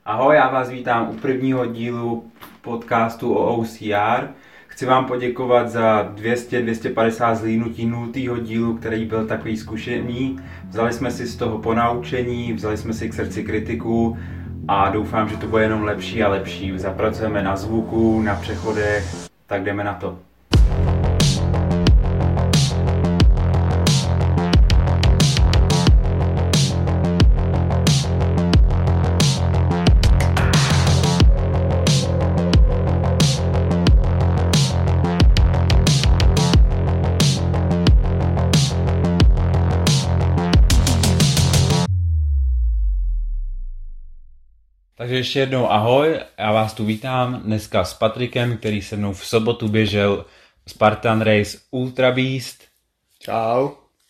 Ahoj, já vás vítám u prvního dílu podcastu o OCR. Chci vám poděkovat za 200-250 zhlídnutí 0. dílu, který byl takový zkušený. Vzali jsme si z toho ponaučení, vzali jsme si k srdci kritiku a doufám, že to bude jenom lepší a lepší. Zapracujeme na zvuku, na přechodech, tak jdeme na to. Takže ještě jednou ahoj, já vás tu vítám dneska s Patrikem, který se mnou v sobotu běžel Spartan Race Ultra Beast. Čau.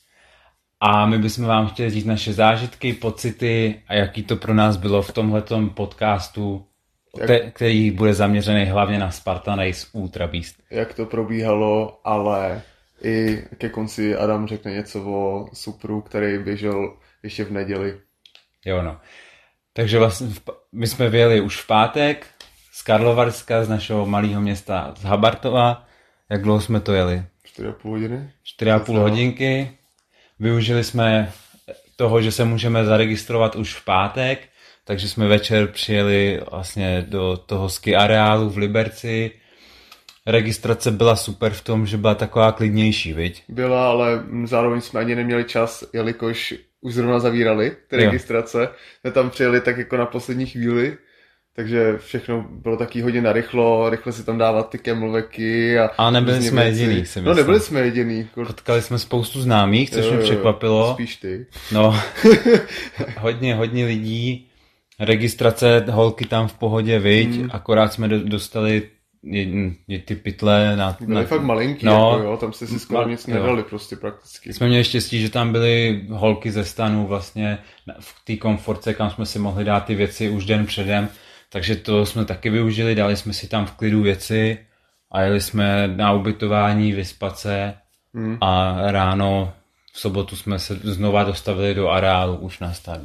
A my bychom vám chtěli říct naše zážitky, pocity a jaký to pro nás bylo v tomhletom podcastu, který bude zaměřený hlavně na Spartan Race Ultra Beast. Jak to probíhalo, ale i ke konci Adam řekne něco o Supru, který běžel ještě v neděli. Jo no. Takže vlastně my jsme vyjeli už v pátek z Karlovarska, z našeho malého města z Habartova. Jak dlouho jsme to jeli? 4,5 hodiny. 4,5 hodinky. Využili jsme toho, že se můžeme zaregistrovat už v pátek, takže jsme večer přijeli vlastně do toho ski areálu v Liberci. Registrace byla super v tom, že byla taková klidnější, viď? Byla, ale zároveň jsme ani neměli čas, jelikož už zrovna zavírali ty registrace. Jsme tam přijeli tak jako na poslední chvíli, takže všechno bylo taky hodně narychlo, rychle si tam dávat ty kemlveky a nebyli jsme jediný, si myslím. No nebyli jsme jediný. Potkali jsme spoustu známých, což mě překvapilo. Spíš ty. No, hodně lidí, registrace, holky tam v pohodě, viď, akorát jsme dostali ty pytle byly fakt malinký, no, jako jo, tam jste si skoro nic nedali prostě prakticky. Jsme měli štěstí, že tam byly holky ze stanu vlastně v té komfortce, kam jsme si mohli dát ty věci už den předem, takže to jsme taky využili, dali jsme si tam v klidu věci a jeli jsme na ubytování, vyspat se a ráno v sobotu jsme se znova dostavili do areálu už na start.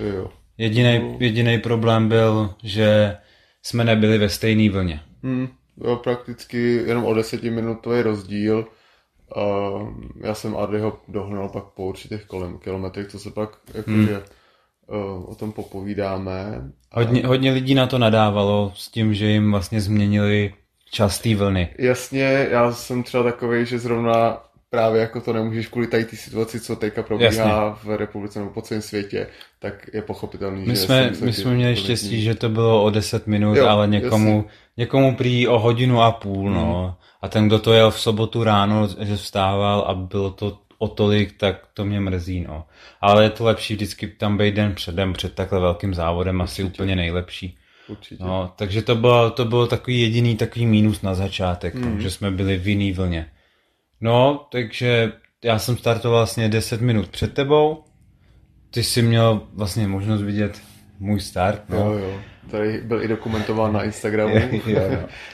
Jediný problém byl, že jsme nebyli ve stejné vlně. Jo, prakticky jenom o 10minutový rozdíl. Já jsem Ardyho dohnal pak po určitých kilometrech, co se pak jakože o tom popovídáme. Hodně lidí na to nadávalo s tím, že jim vlastně změnili čas té vlny. Jasně, já jsem třeba takovej, že zrovna právě jako to nemůžeš kvůli tady té situaci, co teďka probíhá v republice nebo po celém světě, tak je pochopitelný, my jsme měli štěstí, že to bylo o 10 minut, jo, ale někomu prý o 1,5 hodiny, no. A ten, kdo to jel v sobotu ráno, že vstával a bylo to o tolik, tak to mě mrzí, no. Ale je to lepší vždycky tam být den předem, před takhle velkým závodem, asi úplně nejlepší. Určitě. No, takže to bylo takový jediný takový mínus na začátek, že jsme byli v jiný vlně. No, takže já jsem startoval vlastně 10 minut před tebou. Ty jsi měl vlastně možnost vidět můj start. No. Jo. Tady byl i dokumentován na Instagramu. jo.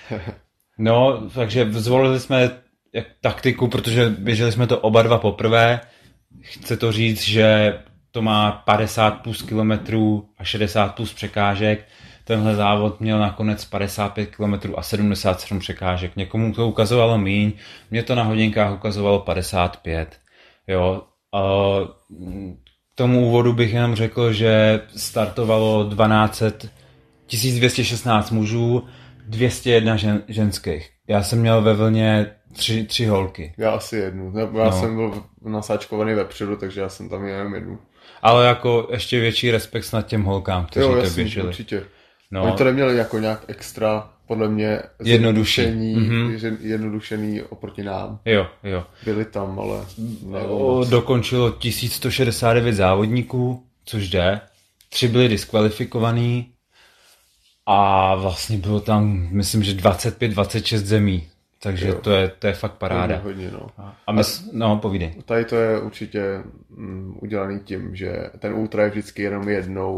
No, takže zvolili jsme taktiku, protože běželi jsme to oba dva poprvé. Chci to říct, že to má 50 plus kilometrů a 60 plus překážek. Tenhle závod měl nakonec 55 km a 77 překážek. Někomu to ukazovalo míň, mě to na hodinkách ukazovalo 55. Jo. K tomu úvodu bych jenom řekl, že startovalo 1216 mužů, 201 ženských. Já jsem měl ve vlně 3 holky. Já asi jednu. Já jsem byl nasáčkovaný vepředu, takže já jsem tam jenom jednu. Ale jako ještě větší respekt nad těm holkám, kteří to běželi. Určitě. No. Oni to neměli jako nějak extra, podle mě, jednodušený oproti nám. Jo. Byli tam, ale dokončilo 1169 závodníků, což jde. 3 byli diskvalifikovaný a vlastně bylo tam, myslím, že 25-26 zemí. Takže to je fakt paráda. Hodně, no. A povídej. Tady to je určitě udělaný tím, že ten ultra je vždycky jenom jednou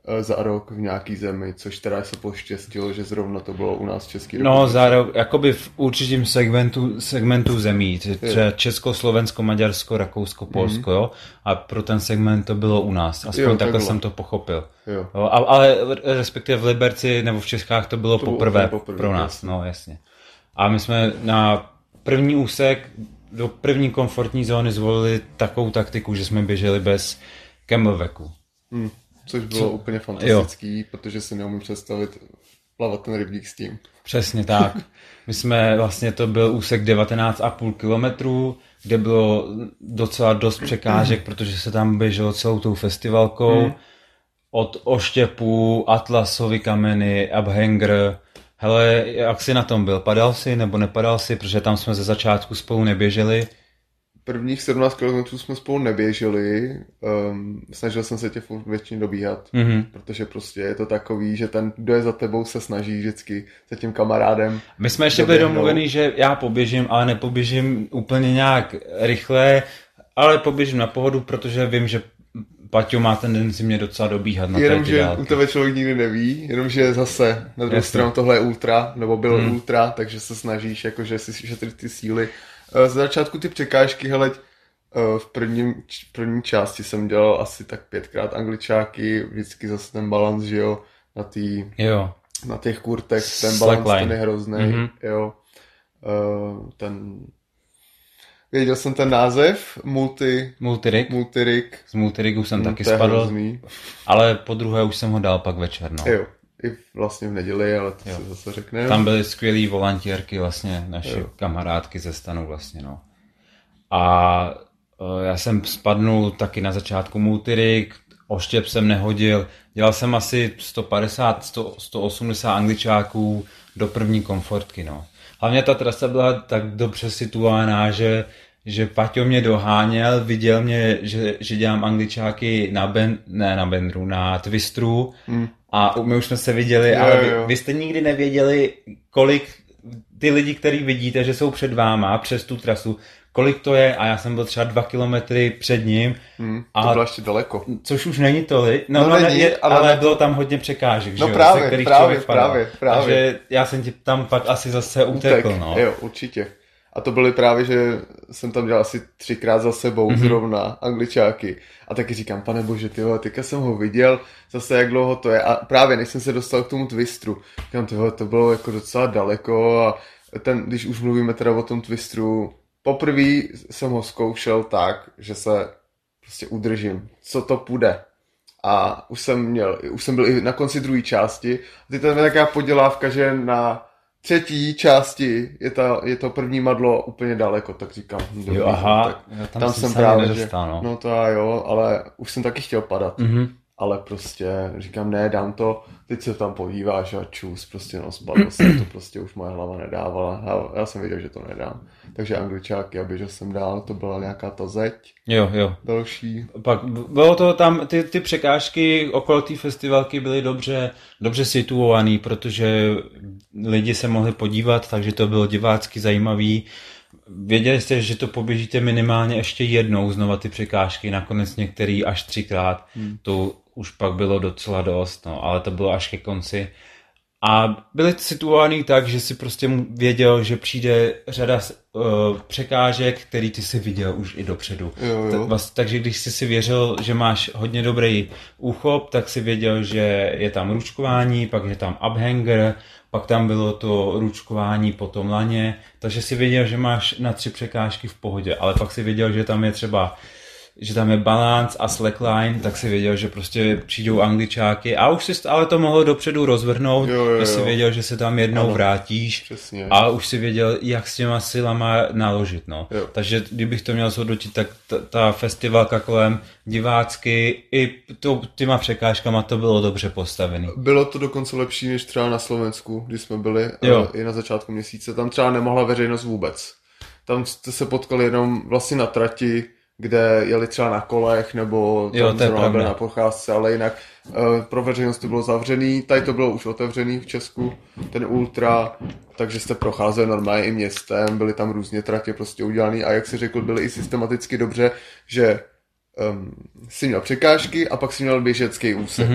za rok v nějaký zemi, což teda se poštěstilo, že zrovna to bylo u nás v České No, republice. za rok, jakoby v určitým segmentu zemí, třeba Česko, Slovensko, Maďarsko, Rakousko, Polsko, jo, a pro ten segment to bylo u nás, aspoň takhle jsem to pochopil. Jo. Jo, ale respektive v Liberci nebo v Čechách to bylo poprvé pro nás, jasně. no jasně. A my jsme na první úsek do první komfortní zóny zvolili takovou taktiku, že jsme běželi bez camelbacku. Což bylo úplně fantastický, protože si neumím představit plavat ten rybník s tím. Přesně tak. My jsme vlastně, to byl úsek 19,5 kilometrů, kde bylo docela dost překážek, protože se tam běželo celou tou festivalkou. Od oštěpů, atlasový kameny, uphanger. Hele, jak jsi na tom byl? Padal jsi nebo nepadal jsi? Protože tam jsme ze začátku spolu neběželi. Prvních 17 km jsme spolu neběželi, snažil jsem se tě furt většině dobíhat, protože prostě je to takový, že ten, kdo je za tebou, se snaží vždycky se tím kamarádem. My jsme ještě byli domluvení, že já poběžím, ale nepoběžím úplně nějak rychle, ale poběžím na pohodu, protože vím, že Paťo má tendenci mě docela dobíhat na jenom, že u tebe člověk nikdy neví, jenomže zase na druhou stranu tohle je ultra, nebo byl ultra, takže se snažíš, jakože si šetřit ty síly. Z začátku ty překážky, hele, v první části jsem dělal asi tak 5krát angličáky, vždycky zase ten balans, že jo, na těch kurtech, ten balans ten je hrozný, jo. Věděl jsem ten název, Multirig. Z Multirigu jsem taky spadl, ale po druhé už jsem ho dal pak večer, no. Jo. I vlastně v neděli, ale to si zase řekneme. Tam byly skvělý volantierky vlastně, naše kamarádky ze stanu vlastně, no. A já jsem spadnul taky na začátku Multirig, oštěp jsem nehodil, dělal jsem asi 180 angličáků do první komfortky, no. Hlavně ta trasa byla tak dobře situovaná, že Paťo mě doháněl, viděl mě, že dělám angličáky na twistru a my už jsme se viděli, ale vy jste nikdy nevěděli, kolik ty lidi, který vidíte, že jsou před váma přes tu trasu, kolik to je a já jsem byl třeba 2 kilometry před ním. To bylo ještě daleko. Což už není tolik, ale bylo tam hodně překážek, no že právě, jo, právě. Takže já jsem ti tam pak asi zase utekl, no. Jo, určitě. A to byly právě, že jsem tam dělal asi 3krát za sebou zrovna angličáky. A taky říkám, pane bože, tyhle, teďka jsem ho viděl, zase jak dlouho to je. A právě než jsem se dostal k tomu twistru, říkám, tyhle, to bylo jako docela daleko. A když už mluvíme teda o tom twistru, poprvé jsem ho zkoušel tak, že se prostě udržím, co to půjde. A už jsem byl i na konci druhé části. A teď tam je taková podělávka, že na třetí části je to první madlo úplně daleko, tak říkám. Dobrý, aha, tak tam jsem právě, nedostal, no. No to jo, ale už jsem taky chtěl padat. Ale prostě říkám, ne, dám to, teď se tam podíváš a čus, prostě no, spadlo se, to prostě už moje hlava nedávala. Já jsem věděl, že to nedám. Takže angličáky a běžel jsem dál, to byla nějaká ta zeď. Jo. Další. Pak bylo to tam, ty překážky okolo té festivalky byly dobře situovaný, protože lidi se mohli podívat, takže to bylo divácky zajímavý. Věděli jste, že to poběžíte minimálně ještě jednou znova ty překážky, nakonec některý až 3krát, to už pak bylo docela dost, no, ale to bylo až ke konci. A byly situovaný tak, že si prostě věděl, že přijde řada překážek, který ty si viděl už i dopředu. Jo. Takže když jsi si věřil, že máš hodně dobrý úchop, tak si věděl, že je tam ručkování, pak je tam uphanger, pak tam bylo to ručkování po tom laně, takže si věděl, že máš na 3 překážky v pohodě, ale pak si věděl, že tam je třeba že tam je balance a slackline, tak si věděl, že prostě přijdou angličáky a už si ale to mohlo dopředu rozvrhnout, že si věděl, že se tam jednou vrátíš. Přesně. A už si věděl, jak s těma silama naložit, no. Takže kdybych to měl zhodnotit, tak ta festivalka kolem divácky i těma překážkama to bylo dobře postavený. Bylo to dokonce lepší než třeba na Slovensku, když jsme byli i na začátku měsíce. Tam třeba nemohla veřejnost vůbec. Tam jste se potkali jenom vlastně na trati, kde jeli třeba na kolech, nebo tam zrovna byl na procházce, ale jinak pro veřejnost to bylo zavřený, tady to bylo už otevřený v Česku, ten ultra, takže jste procházeli normálně i městem, byly tam různě tratě prostě udělaný a jak si řekl, byly i systematicky dobře, že si měl překážky a pak si měl běžecký úsek.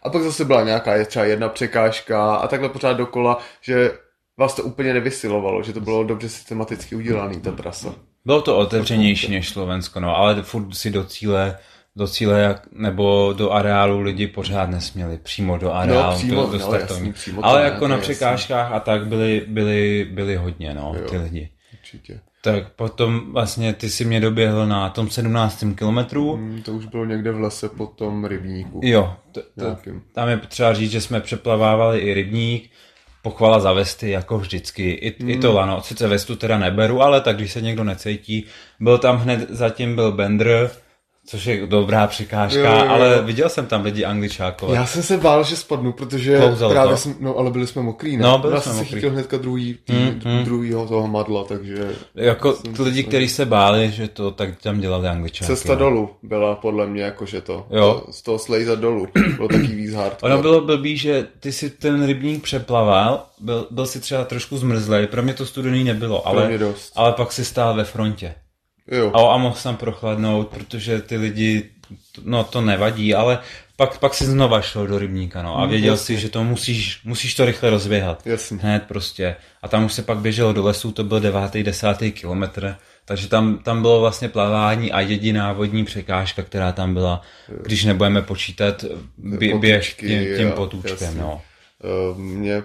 a pak zase byla nějaká třeba jedna překážka a takhle pořád dokola, že vás to úplně nevysilovalo, že to bylo dobře systematicky udělaný, ta trasa. Bylo to otevřenější než Slovensko, no, ale furt si do cíle nebo do areálu lidi pořád nesměli, přímo do areálu. No, přímo, no, jasný, přímo ale to jako ne, na překážkách a tak byli hodně, no, jo, ty lidi. Určitě. Tak potom vlastně ty si mě doběhl na tom 17. kilometru. To už bylo někde v lese po tom rybníku. Jo, tam je třeba říct, že jsme přeplavávali i rybník, pochvala za vesty, jako vždycky, i to lano, sice vestu teda neberu, ale tak když se někdo necítí, byl tam hned, zatím byl Bender, což je dobrá překážka, jo. Ale viděl jsem tam lidi Angličákové. Já jsem se bál, že spadnu, protože právě ale byli jsme mokrý, ne? No, byli já jsme jsem mokrý. si chytil hnedka druhýho toho madla, takže... Jako lidi, kteří se báli, že to tak tam dělali Angličáky. Cesta dolů byla podle mě jakože to. Z toho slejzat dolů. Bylo taky víc hardcore. Ono bylo blbý, že ty si ten rybník přeplaval, byl si třeba trošku zmrzlej, pro mě to studený nebylo, ale pak si stál ve frontě. Jo. A mohl jsem prochladnout, protože ty lidi, no to nevadí, ale pak si znova šel do rybníka, no, a věděl si, že to musíš to rychle rozběhat. Jasně. Hned prostě. A tam už se pak běželo do lesů, to byl 9., 10. kilometr, takže tam bylo vlastně plavání a jediná vodní překážka, která tam byla, když nebudeme počítat běh tím potůčkem, no. Mě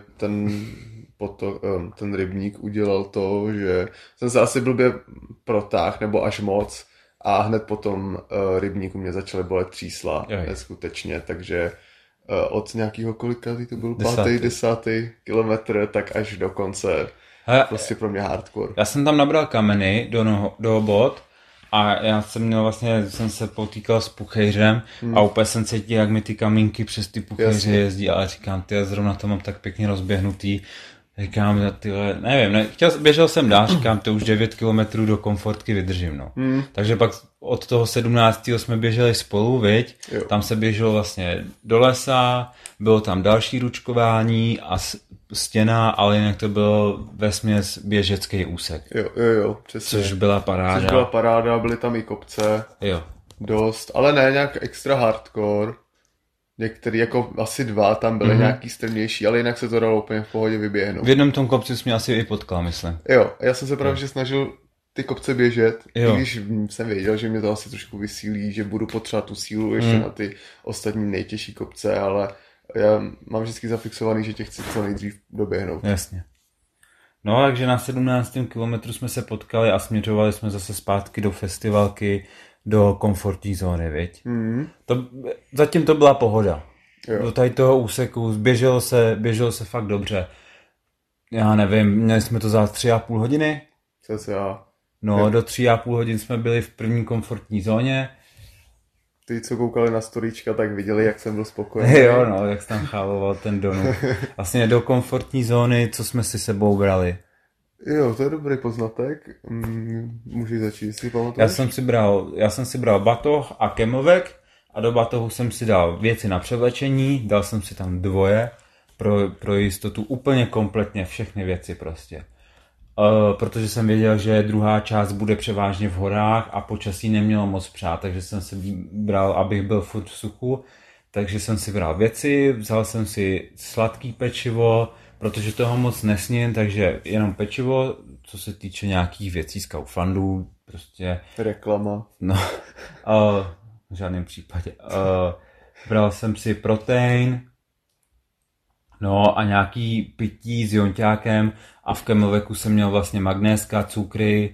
ten rybník udělal to, že jsem se asi blbě protáhl, nebo až moc, a hned potom rybníku mě začaly bolet třísla, neskutečně, takže od nějakého kolikátý to byl 5., 10. kilometr, tak až do konce, prostě pro mě hardcore. Já jsem tam nabral kameny do bod a já jsem se potýkal s puchejřem a úplně jsem cítil, jak mi ty kamínky přes ty puchejře jezdí, ale říkám, zrovna to mám tak pěkně rozběhnutý. Říkám, nevím, běžel jsem dál, říkám, to už 9 kilometrů do komfortky vydržím, no. Takže pak od toho 17. jsme běželi spolu, viď? Jo. Tam se běželo vlastně do lesa, bylo tam další ručkování a stěna, ale jinak to byl vesměs běžecký úsek. Jo, přesně. Což byla paráda. Byly tam i kopce. Jo. Dost, ale ne nějak extra hardcore. Některý, jako asi 2, tam byly nějaký strmější, ale jinak se to dalo úplně v pohodě vyběhnout. V jednom tom kopci jsi mě asi i potkal, myslím. Jo, já jsem se právě že snažil ty kopce běžet, i když jsem věděl, že mě to asi trošku vysílí, že budu potřebovat tu sílu ještě na ty ostatní nejtěžší kopce, ale já mám vždycky zafixovaný, že tě chci co nejdřív doběhnout. Jasně. No, takže na 17. kilometru jsme se potkali a směřovali jsme zase zpátky do festivalky, do komfortní zóny, viď? Zatím to byla pohoda. Jo. Do tady toho úseku běželo se fakt dobře. Já nevím, měli jsme to za 3,5 hodiny. No, do 3,5 hodin jsme byli v první komfortní zóně. Ty, co koukali na storíčka, tak viděli, jak jsem byl spokojený. Jo, no, jak jsem tam chávoval ten donut. Vlastně do komfortní zóny, co jsme si sebou brali. Jo, to je dobrý poznatek. Můžeš začít, jestli pamatuješ? Já jsem si bral batoh a kemovek a do batohu jsem si dal věci na převlečení, dal jsem si tam 2 pro jistotu, úplně kompletně všechny věci prostě. Protože jsem věděl, že druhá část bude převážně v horách a počasí nemělo moc přát, takže jsem si bral, abych byl furt v suchu, takže jsem si bral věci, vzal jsem si sladký pečivo, protože toho moc nesním, takže jenom pečivo, co se týče nějakých věcí z Kauflandu, prostě... Reklama. No, v žádném případě. Bral jsem si protein, no a nějaký pití s jonťákem a v kemoveku jsem měl vlastně magnéska, cukry,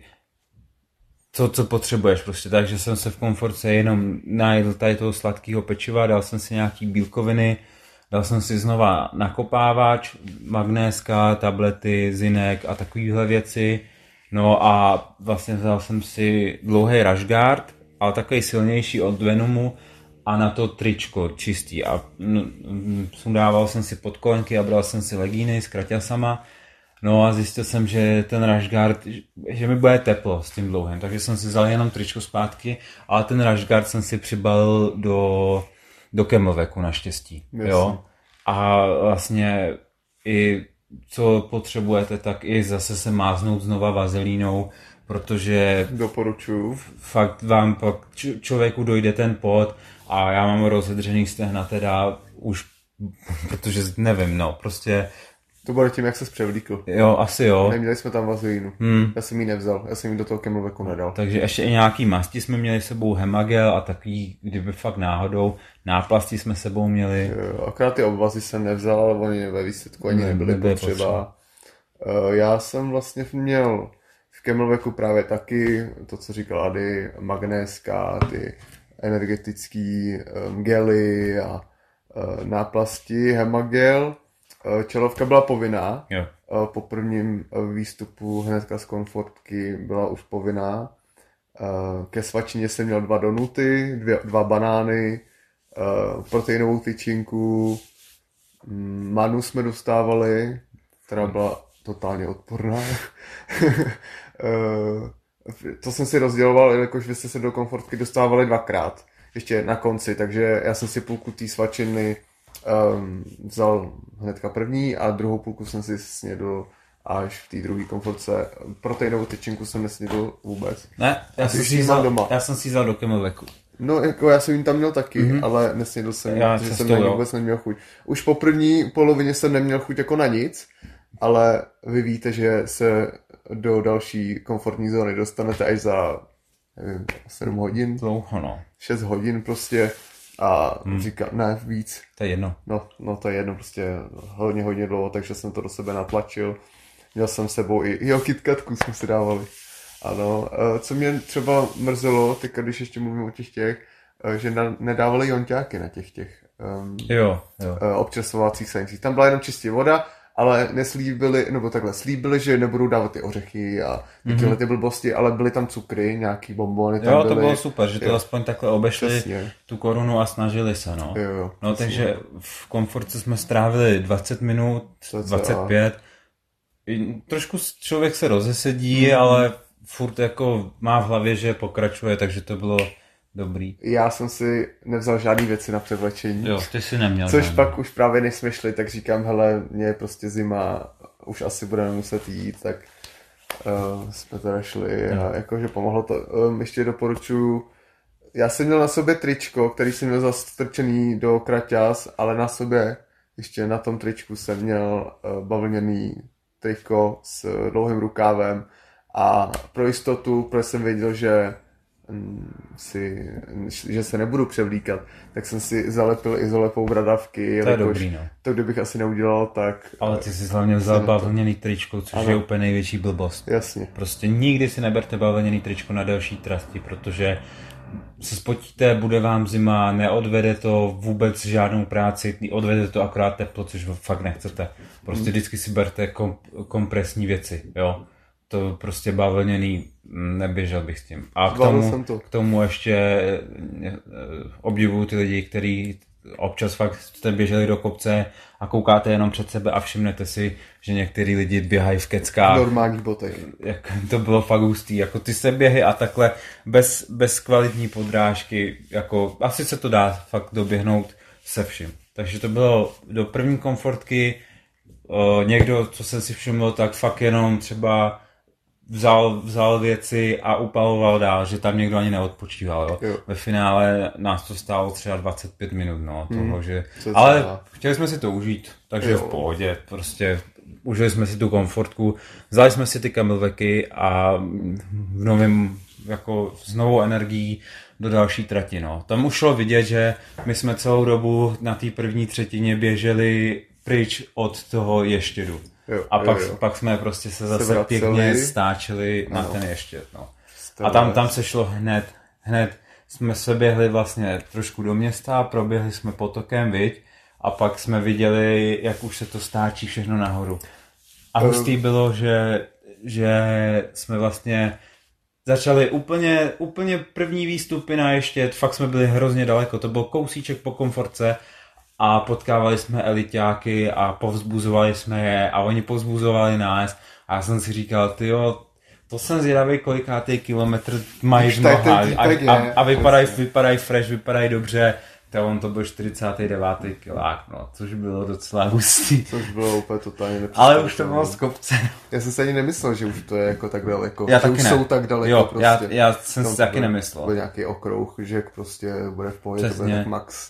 co potřebuješ prostě, takže jsem se v komfortce jenom najedl tady toho sladkého pečiva, dal jsem si nějaký bílkoviny, dal jsem si znova nakopávač, magnéska, tablety, zinek a takovéhle věci. No a vlastně vzal jsem si dlouhý rashguard, ale takový silnější od Venomu a na to tričko čistý. A sundával jsem si podkolenky a bral jsem si legíny s kraťasama. No a zjistil jsem, že ten rashguard, že mi bude teplo s tím dlouhým, takže jsem si vzal jenom tričko zpátky, ale ten rashguard jsem si přibalil do kemoveku naštěstí. Jo? A vlastně i co potřebujete, tak i zase se máznout znova vazelínou, protože doporučuju. Fakt vám pak člověku dojde ten pot a já mám rozedřený stehna teda už protože nevím, no, prostě, To bude tím, jak se převlíkl. jo, asi jo. Neměli jsme tam vazelínu. Já jsem ji nevzal, já jsem ji do toho Camelbacku nedal. Takže ještě i nějaký masti jsme měli s sebou, hemagel a takový, kdyby fakt náhodou, náplasti jsme sebou měli. Jo, akorát ty obvazy jsem nevzal, ale oni ve výsledku ani nebyly potřeba. Já jsem vlastně měl v Camelbacku právě taky to, co říkal Ady, magnéska, ty energetický gely a náplasti, hemagel. Čelovka byla povinná. Jo. Po prvním výstupu hnedka z komfortky byla už povinná. Ke svačině jsem měl 2 donuty, 2 banány, proteinovou tyčinku, manu jsme dostávali, která byla totálně odporná. To jsem si rozděloval, jelikož vy jste se do komfortky dostávali 2krát, ještě na konci, takže já jsem si půlku té svačiny vzal hnedka první a druhou půlku jsem si snědl až v té druhé komfortce. Proteinovou tyčinku jsem nesnědl vůbec. Ne, já jsem si vzal do Camelbacku. No, jako já jsem jim tam měl taky, ale nesnědl jsem, protože jsem na ní vůbec neměl chuť. Už po první polovině jsem neměl chuť jako na nic, ale vy víte, že se do další komfortní zóny dostanete až za, nevím, 7 hodin. Dlouho, no. 6 hodin prostě a říkám, ne, víc. To je jedno. No to je jedno, prostě hodně dlouho, takže jsem to do sebe natlačil. Měl jsem s sebou i KitKatku jsme si dávali. Ano, co mě třeba mrzelo, teďka když ještě mluvím o těch, že nedávali jonťáky na těch občerstvovacích stanici. Tam byla jenom čistě voda, ale neslíbili, nebo takhle, slíbili, že nebudou dávat ty ořechy a tyhle ty blbosti, ale byly tam cukry, nějaký bonbony tam byly. To bylo super, že to aspoň takhle obešli tu korunu a snažili se, no. No takže v komfortce jsme strávili 20 minut, 25. Trošku člověk se rozesedí, ale furt jako má v hlavě, že pokračuje, takže to bylo dobrý. Já jsem si nevzal žádný věci na převlečení. Jo, ty si neměl. Což pak už právě než jsme šli, tak říkám, hele, mě je prostě zima, už asi budeme muset jít, tak jsme teda šli a jakože pomohlo to. Ještě doporučuji, já jsem měl na sobě tričko, který jsem měl zastrčený do kraťas, ale na sobě, ještě na tom tričku jsem měl bavlněný triko s dlouhým rukávem a pro jistotu, protože jsem věděl, že se nebudu převlíkat, tak jsem si zalepil izolepou bradavky. To je dobrý, no. To kdybych asi neudělal, tak... Ale ty jsi hlavně vzal bavlněný tričko, což je úplně největší blbost. Jasně. Prostě nikdy si neberte bavlněný tričko na delší trasti, protože se spotíte, bude vám zima, neodvede to vůbec žádnou práci, odvede to akorát teplo, což fakt nechcete. Prostě vždycky si berte kompresní věci, jo. To prostě bavlněný, neběžel bych s tím. A k tomu ještě obdivuju ty lidi, kteří občas fakt jste běželi do kopce a koukáte jenom před sebe a všimnete si, že některý lidi běhají v keckách. Normálních botech. To bylo fakt hustý, jako ty se běhy a takhle bez kvalitní podrážky, jako asi se to dá fakt doběhnout se vším. Takže to bylo do první komfortky, někdo, co jsem si všiml, tak fakt jenom třeba vzal věci a upaloval dál, že tam někdo ani neodpočíval. Jo. Ve finále nás to stálo třeba 25 minut, no, toho, že... Ale chtěli jsme si to užít, takže v pohodě, prostě užili jsme si tu komfortku, vzali jsme si ty Camelbacky a v novém, jako s novou energií do další trati, no. Tam už šlo vidět, že my jsme celou dobu na té první třetině běželi pryč od toho ještědu. A pak jsme prostě se zase pěkně stáčeli na ten ještěd. No. A tam se šlo hned jsme se běhli vlastně trošku do města, proběhli jsme potokem, viď? A pak jsme viděli, jak už se to stáčí všechno nahoru. A hustý bylo, že jsme vlastně začali úplně první výstupy na ještěd, fakt jsme byli hrozně daleko, to byl kousíček po komfortce. A potkávali jsme eliťáky a povzbuzovali jsme je a oni povzbuzovali nás a já jsem si říkal, tyjo, to jsem zvědavý, kolikátý kilometr mají v nohách a vypadají fresh, vypadají dobře, to byl 49. kilák, no, což bylo docela hustý. Což bylo úplně totálně nepředstavitelné. Ale už to bylo z kopce. Já jsem si ani nemyslel, že už to je jako tak daleko, já že už ne. Jsou tak daleko jo, prostě. Já jsem si taky nemyslel. Byl nějaký okrouh, že prostě bude v pohodě, to bude tak max.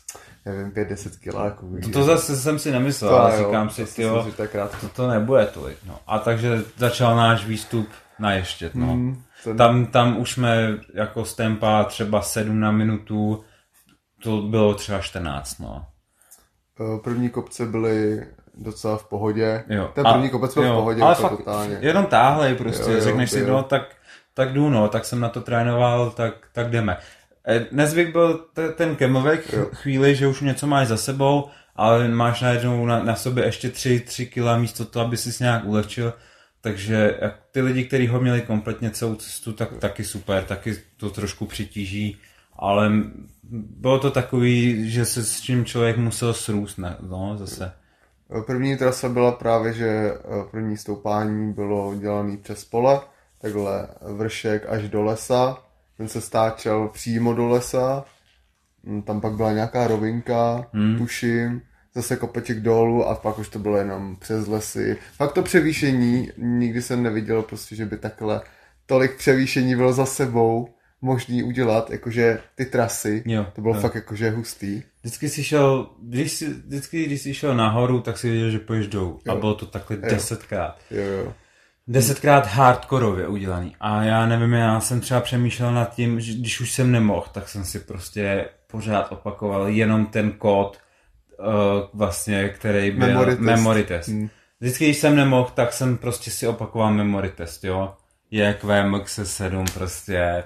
nevím, 5-10 kiláků. To zase jsem si nemyslel, ale říkám si, tyjo, to nebude tolik. No. A takže začal náš výstup na Ještěd. No. Tam už jsme jako z tempa třeba 7 na minutu, to bylo třeba 14. No. První kopce byly docela v pohodě. Jo. Ten první kopec byl v pohodě, ale fakt totálně. Jenom táhlej prostě, řekneš si, no tak jdu, no, tak jsem na to trénoval, tak jdeme. Nezvyk byl ten camelback chvíli, že už něco máš za sebou, ale máš najednou na sobě ještě 3 kila místo toho, aby si nějak ulehčil. Takže ty lidi, kteří ho měli kompletně celou cestu, tak taky super, taky to trošku přitíží, ale bylo to takový, že se s čím člověk musel srůst, no, zase. První trasa byla právě, že první stoupání bylo dělané přes pole, takhle vršek až do lesa, ten se stáčel přímo do lesa, tam pak byla nějaká rovinka, tuším, zase kopeček dolů a pak už to bylo jenom přes lesy. Fakt to převýšení, nikdy jsem neviděl prostě, že by takhle tolik převýšení bylo za sebou možný udělat, jakože ty trasy, to bylo fakt jakože hustý. Vždycky jsi šel, když jsi šel nahoru, tak si viděl, že půjdeš dolů a bylo to takhle 10krát. Jo. 10krát hardkorově udělaný. A já nevím, já jsem třeba přemýšlel nad tím, že když už jsem nemohl, tak jsem si prostě pořád opakoval jenom ten kód, vlastně, který byl memory test. Vždycky, když jsem nemohl, tak jsem prostě si opakoval memory test, jo. JQ, MX7, prostě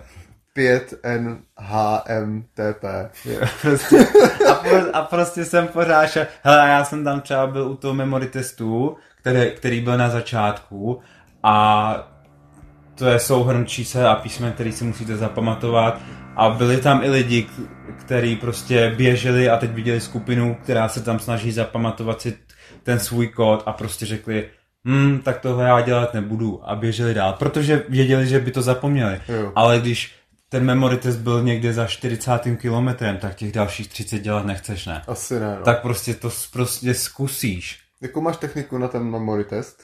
5NHMTP. Prostě. A prostě jsem pořád šel. Hele, já jsem tam třeba byl u toho memory testu, který byl na začátku a to je souhrn čísel a písmen, který si musíte zapamatovat a byli tam i lidi, kteří prostě běželi a teď viděli skupinu, která se tam snaží zapamatovat si ten svůj kód a prostě řekli tak tohle já dělat nebudu a běželi dál, protože věděli, že by to zapomněli. Jo. Ale když ten memory test byl někde za 40. kilometrem, tak těch dalších 30 dělat nechceš, ne? Asi ne, no. Tak prostě to prostě zkusíš. Jakou máš techniku na ten memory test?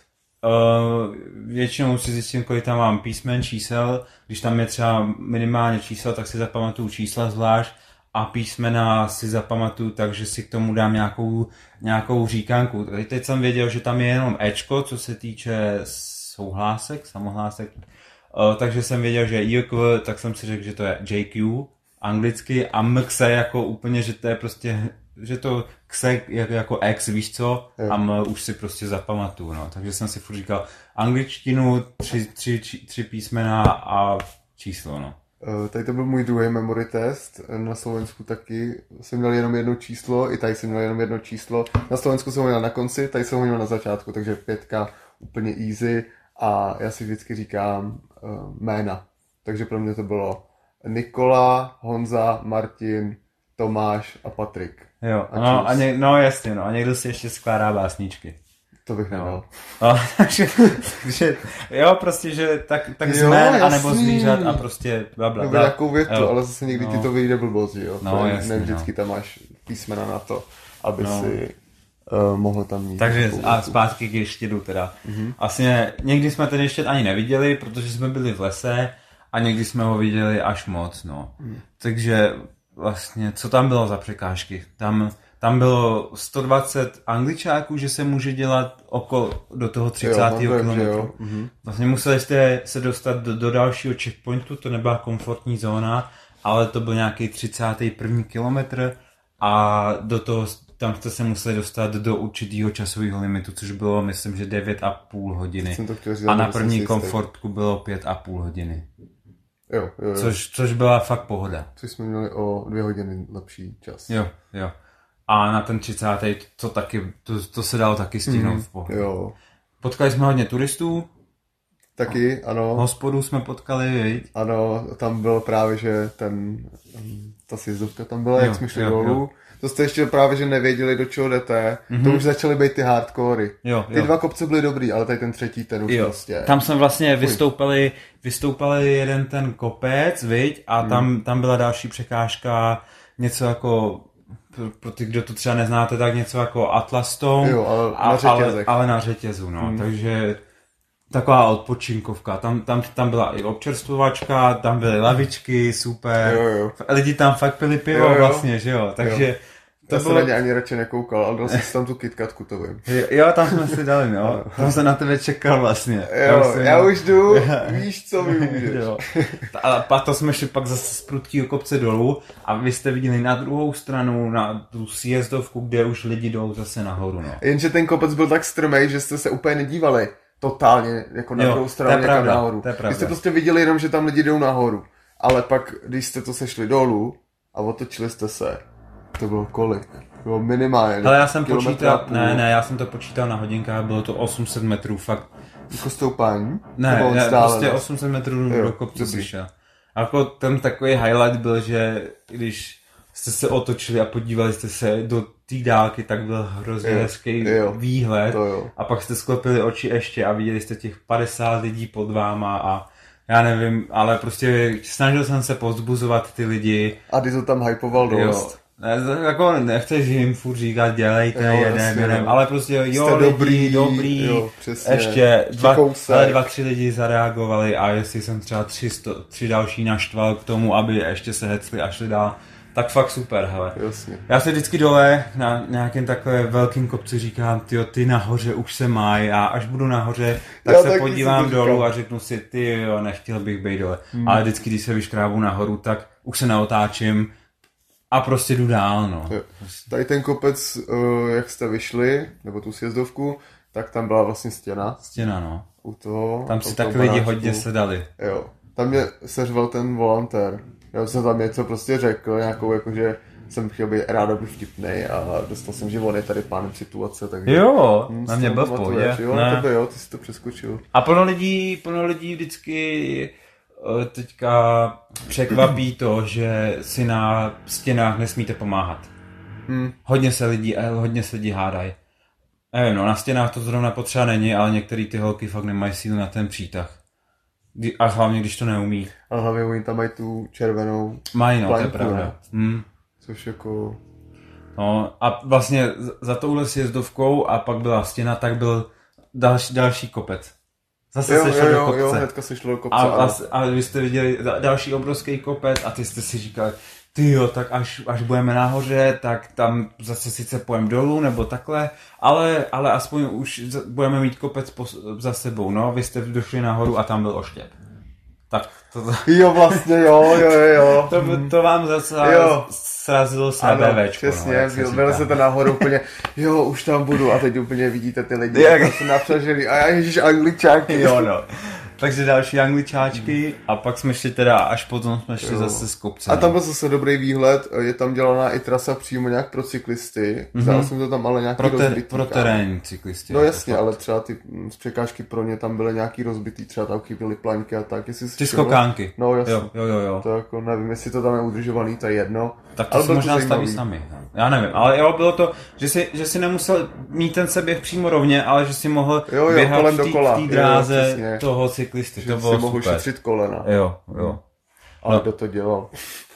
Většinou si zjistím, kolik tam mám písmen, čísel. Když tam je třeba minimálně čísel, tak si zapamatuju čísla zvlášť a písmena si zapamatuju, takže si k tomu dám nějakou říkanku. Teď jsem věděl, že tam je jenom Ečko, co se týče samohlásek. Takže jsem věděl, že JQ, tak jsem si řekl, že to je JQ anglicky a MX jako úplně, že to je prostě, že to kse jako X, víš co, a M už si prostě zapamatuju, no. Takže jsem si furt říkal angličtinu, tři písmena a číslo, no. Tady to byl můj druhý memory test, na Slovensku taky jsem měl jenom jedno číslo, i tady jsem měl jenom jedno číslo, na Slovensku jsem ho měl na konci, tady jsem ho měl na začátku, takže 5 úplně easy a já si vždycky říkám jména, takže pro mě to bylo Nikola, Honza, Martin, Tomáš a Patrik. Jo, jasně, no a někdo si ještě skládá básničky. To bych nedal. No, takže jo, prostě, že tak zmen, anebo zvířat a prostě blablabla. Nebo nějakou větu, ale zase někdy ti to vyjde blbost, jo. No, jasně, ne vždycky tam máš písmena na to, aby si mohl tam mít. Takže a zpátky k ještědu teda. Vlastně někdy jsme ten ještěd ani neviděli, protože jsme byli v lese a někdy jsme ho viděli až moc, no. Takže vlastně, co tam bylo za překážky? Tam bylo 120 angličáků, že se může dělat do toho 30. kilometru. Vlastně museli jste se dostat do dalšího checkpointu, to nebyla komfortní zóna, ale to byl nějaký 31. kilometr a do toho tam jste se museli dostat do určitého časového limitu, což bylo, myslím, že 9,5 hodiny. A na první komfortku bylo 5,5 hodiny. Jo. Což byla fakt pohoda. Což jsme měli o 2 hodiny lepší čas. Jo. A na ten 30. to se dalo taky stihnout v pohodě. Jo. Potkali jsme hodně turistů. Taky, ano. Hospodu jsme potkali, viď? Ano, tam bylo právě, že ta sjezdovka tam byla, jak jsme šli dolů. To jste ještě právě, že nevěděli, do čeho jdete. To už začaly být ty hardcory. Ty 2 kopce byly dobrý, ale tady ten třetí, ten už prostě. Tam jsme vlastně vystoupali jeden ten kopec, viď? A tam byla další překážka, něco jako, pro ty, kdo to třeba neznáte, tak něco jako Atlas Stone. Jo, ale na řetězu, no. Takže taková odpočinkovka. Tam byla i občerstvovačka, tam byly lavičky, super. Jo. Lidi tam fakt pili pivo vlastně, že jo. Takže Já jsem na ně ani radši nekoukal, ale dal jsem si tam tu KitKatku, to vím. Jo, tam jsme si dali, no. Tam jsem na tebe čekal vlastně. Jo, já už jdu, víš co, můžeš. A to jsme šli pak zase z prudkýho kopce dolů a vy jste viděli na druhou stranu, na tu sjezdovku, kde už lidi jdou zase nahoru, no. Jenže ten kopec byl tak strmej, že jste se úplně nedívali totálně, jako na druhou stranu někam nahoru. Vy jste prostě viděli jenom, že tam lidi jdou nahoru. Ale pak, když jste to sešli dolů a otočili jste se, to bylo kolik? Bylo minimálně. Ale já jsem počítal, já jsem to počítal na hodinkách, bylo to 800 metrů, fakt. Jako stoupání? Ne, prostě 800 metrů do kopce přišel. A jako ten takový highlight byl, že když jste se otočili a podívali jste se do té dálky, tak byl hrozně hezký výhled. A pak jste sklopili oči ještě a viděli jste těch 50 lidí pod váma a já nevím, ale prostě snažil jsem se povzbuzovat ty lidi. A ty to tam hypoval dost. Jako nechceš jim furt říkat, dělejte, jedem, ale prostě jo, lidi, dobrý, jo, ještě 2-3 lidi zareagovali a jestli jsem třeba 3 další naštval k tomu, aby ještě se hecli a šli dál, tak fakt super, hele. Jasně. Já se vždycky dole na nějakém takovém velkém kopci říkám, tyjo, ty nahoře už se mají a až budu nahoře, tak já se podívám dolů a řeknu si, tyjo, nechtěl bych být dole. Ale vždycky, když se vyškrábu nahoru, tak už se neotáčím a prostě jdu dál, no. Tady ten kopec, jak jste vyšli, nebo tu sjezdovku, tak tam byla vlastně stěna. Stěna, no. U toho. Tam si tak lidi hodně sedali. Jo. Tam mě seřval ten volantér. Já jsem tam něco prostě řekl, nějakou jakože jsem chtěl být rád, být vtipnej a dostal jsem, že on je tady pánem situace, takže... Jo, na mě byl v pohodě. Jo, na tebe jo, ty jsi to přeskočil. A plno lidí vždycky teďka překvapí to, že si na stěnách nesmíte pomáhat. Hodně se lidí hádají. Nevím, no, na stěnách to zrovna potřeba není, ale některé ty holky fakt nemají sílu na ten přítah. A hlavně, když to neumí. A hlavně oni tam mají tu červenou mají, no, planku, to je pravda. Což jako... No a vlastně za touhle sjezdovkou a pak byla stěna, tak byl další kopec. Zase se šlo do kopce. Jo, hnedka se šlo do kopce. A vy jste viděli další obrovský kopec a ty jste si říkali, tyjo, tak až budeme nahoře, tak tam zase sice pojem dolů nebo takhle, ale aspoň už budeme mít kopec za sebou, no, vy jste došli nahoru a tam byl oštěp. Tak to... Jo, vlastně, jo. To vám zase srazilo SBVčko. Přesně, byl se to nahoru úplně, jo, už tam budu a teď úplně vidíte ty lidi, jak jsou napřažený a já ježiš Angličáky. Jo, no. Takže další Angličáčky a pak jsme šli teda, až potom jsme šli zase z kopce. A tam byl zase dobrý výhled, je tam dělaná i trasa přímo nějak pro cyklisty, vzal jsem to tam ale nějaký rozbitý. Pro terénní cyklisty. No jasně, ale třeba ty překážky pro ně tam byly nějaký rozbitý, třeba tam chyběly plaňky a tak. Ty skokánky. No jasně. Jo. To jako nevím, jestli to tam je udržovaný, to je jedno. Tak to si možná staví sami. Já nevím, ale jo, bylo to, že si nemusel mít ten seběh přímo rovně, ale že si mohl běhat v té dráze toho cyklisty. Že to bylo si mohl šetřit kolena. Jo. Ale kdo to dělal?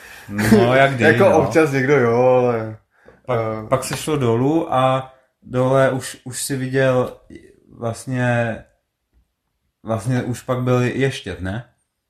No jak kdy, jako občas někdo jo, ale... Pak se šlo dolů a dole už si viděl vlastně už pak byl Ještěd, ne?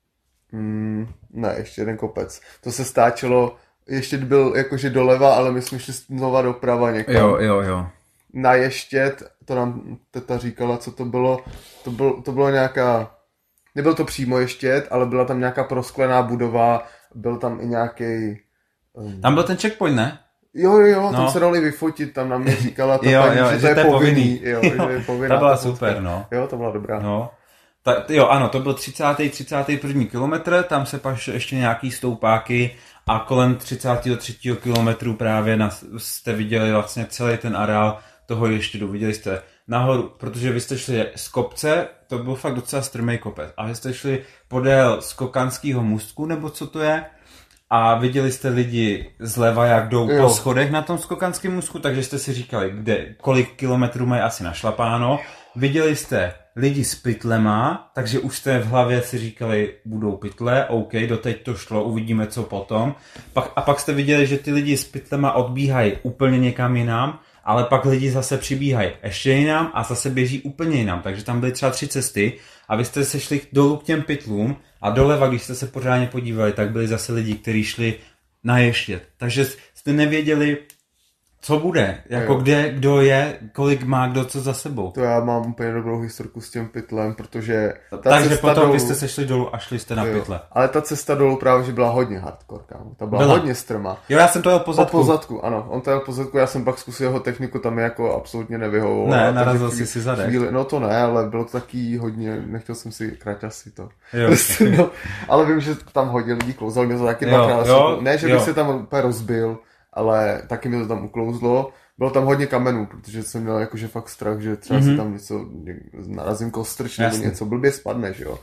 Ne, ještě jeden kopec. To se stáčelo, ještě byl jakože doleva, ale my jsme šli znova doprava někam. Jo. Na Ještěd, to nám teta říkala, co to bylo. To bylo nějaká... Nebyl to přímo Ještěd, ale byla tam nějaká prosklená budova, byl tam i nějaký... Tam byl ten checkpoint, ne? Jo, tam se dali vyfotit, tam na mě říkala ta paní, že to je povinný. Jo, že je povinná. Ta byla super, no. Jo, to byla dobrá. No. Ano, to byl 31. kilometr, tam se pak ještě nějaký stoupáky a kolem 33. kilometru právě jste viděli vlastně celý ten areál toho Ještědu. Viděli jste nahoru, protože vy jste šli z kopce, to byl fakt docela strmý kopec, a vy jste šli podél skokanského můstku, nebo co to je, a viděli jste lidi zleva, jak jdou po schodech na tom skokanském můstku, takže jste si říkali, kolik kilometrů mají asi našlapáno. Viděli jste lidi s pytlema, takže už jste v hlavě si říkali, budou pytle, OK, doteď to šlo, uvidíme co potom. Pak jste viděli, že ty lidi s pytlema odbíhají úplně někam jinam, ale pak lidi zase přibíhají ještě jinam a zase běží úplně jinam, takže tam byly třeba 3 cesty a vy jste se šli dolů k těm pytlům a doleva, když jste se pořádně podívali, tak byli zase lidi, kteří šli na Ještěd. Takže jste nevěděli, co bude, jako Jo. kde, kdo je, kolik má kdo co za sebou. To já mám úplně dobrou historku s tím pytlem, protože Takže potom vy jste sešli dolů a šli jste na pytle. Ale ta cesta dolů právě, že byla hodně hardcore, kámo. Ta byla hodně strmá. Jo, já jsem to jel po zadku. Po zadku, ano. On to jel po zadku, já jsem pak zkusil jeho techniku, tam je jako absolutně nevyhovoval. Ne, narazil jsi si zadek. No to ne, ale bylo to taky hodně, nechtěl jsem si kraťasy to. Jo. No, ale vím, že tam hodně lidí klouzal, mě to taky dvakrát. Ne, že bych se tam úplně rozbil, ale taky mi to tam uklouzlo. Bylo tam hodně kamenů, protože jsem měl jakože fakt strach, že třeba si tam něco, narazím kostrč nebo něco, blbě spadne, že jo.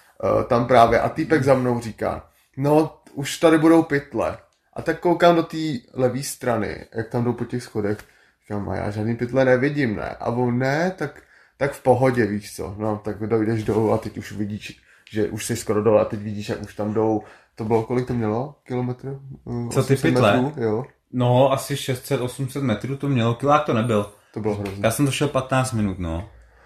Tam právě, a týpek za mnou říká, no, už tady budou pytle. A tak koukám do té levé strany, jak tam jdou po těch schodech, říkám, a já žádný pytle nevidím, ne. A on, ne, tak v pohodě, víš co, no, tak dojdeš dolů a teď už vidíš, že už jsi skoro dole a teď vidíš, jak už tam jdou, to bylo, kolik to mělo? Kilometr? Co ty pytle? Metrů, jo. No, asi 600-800 metrů to mělo, kilák to nebyl. To bylo hrozné. Já jsem to šel 15 minut, no.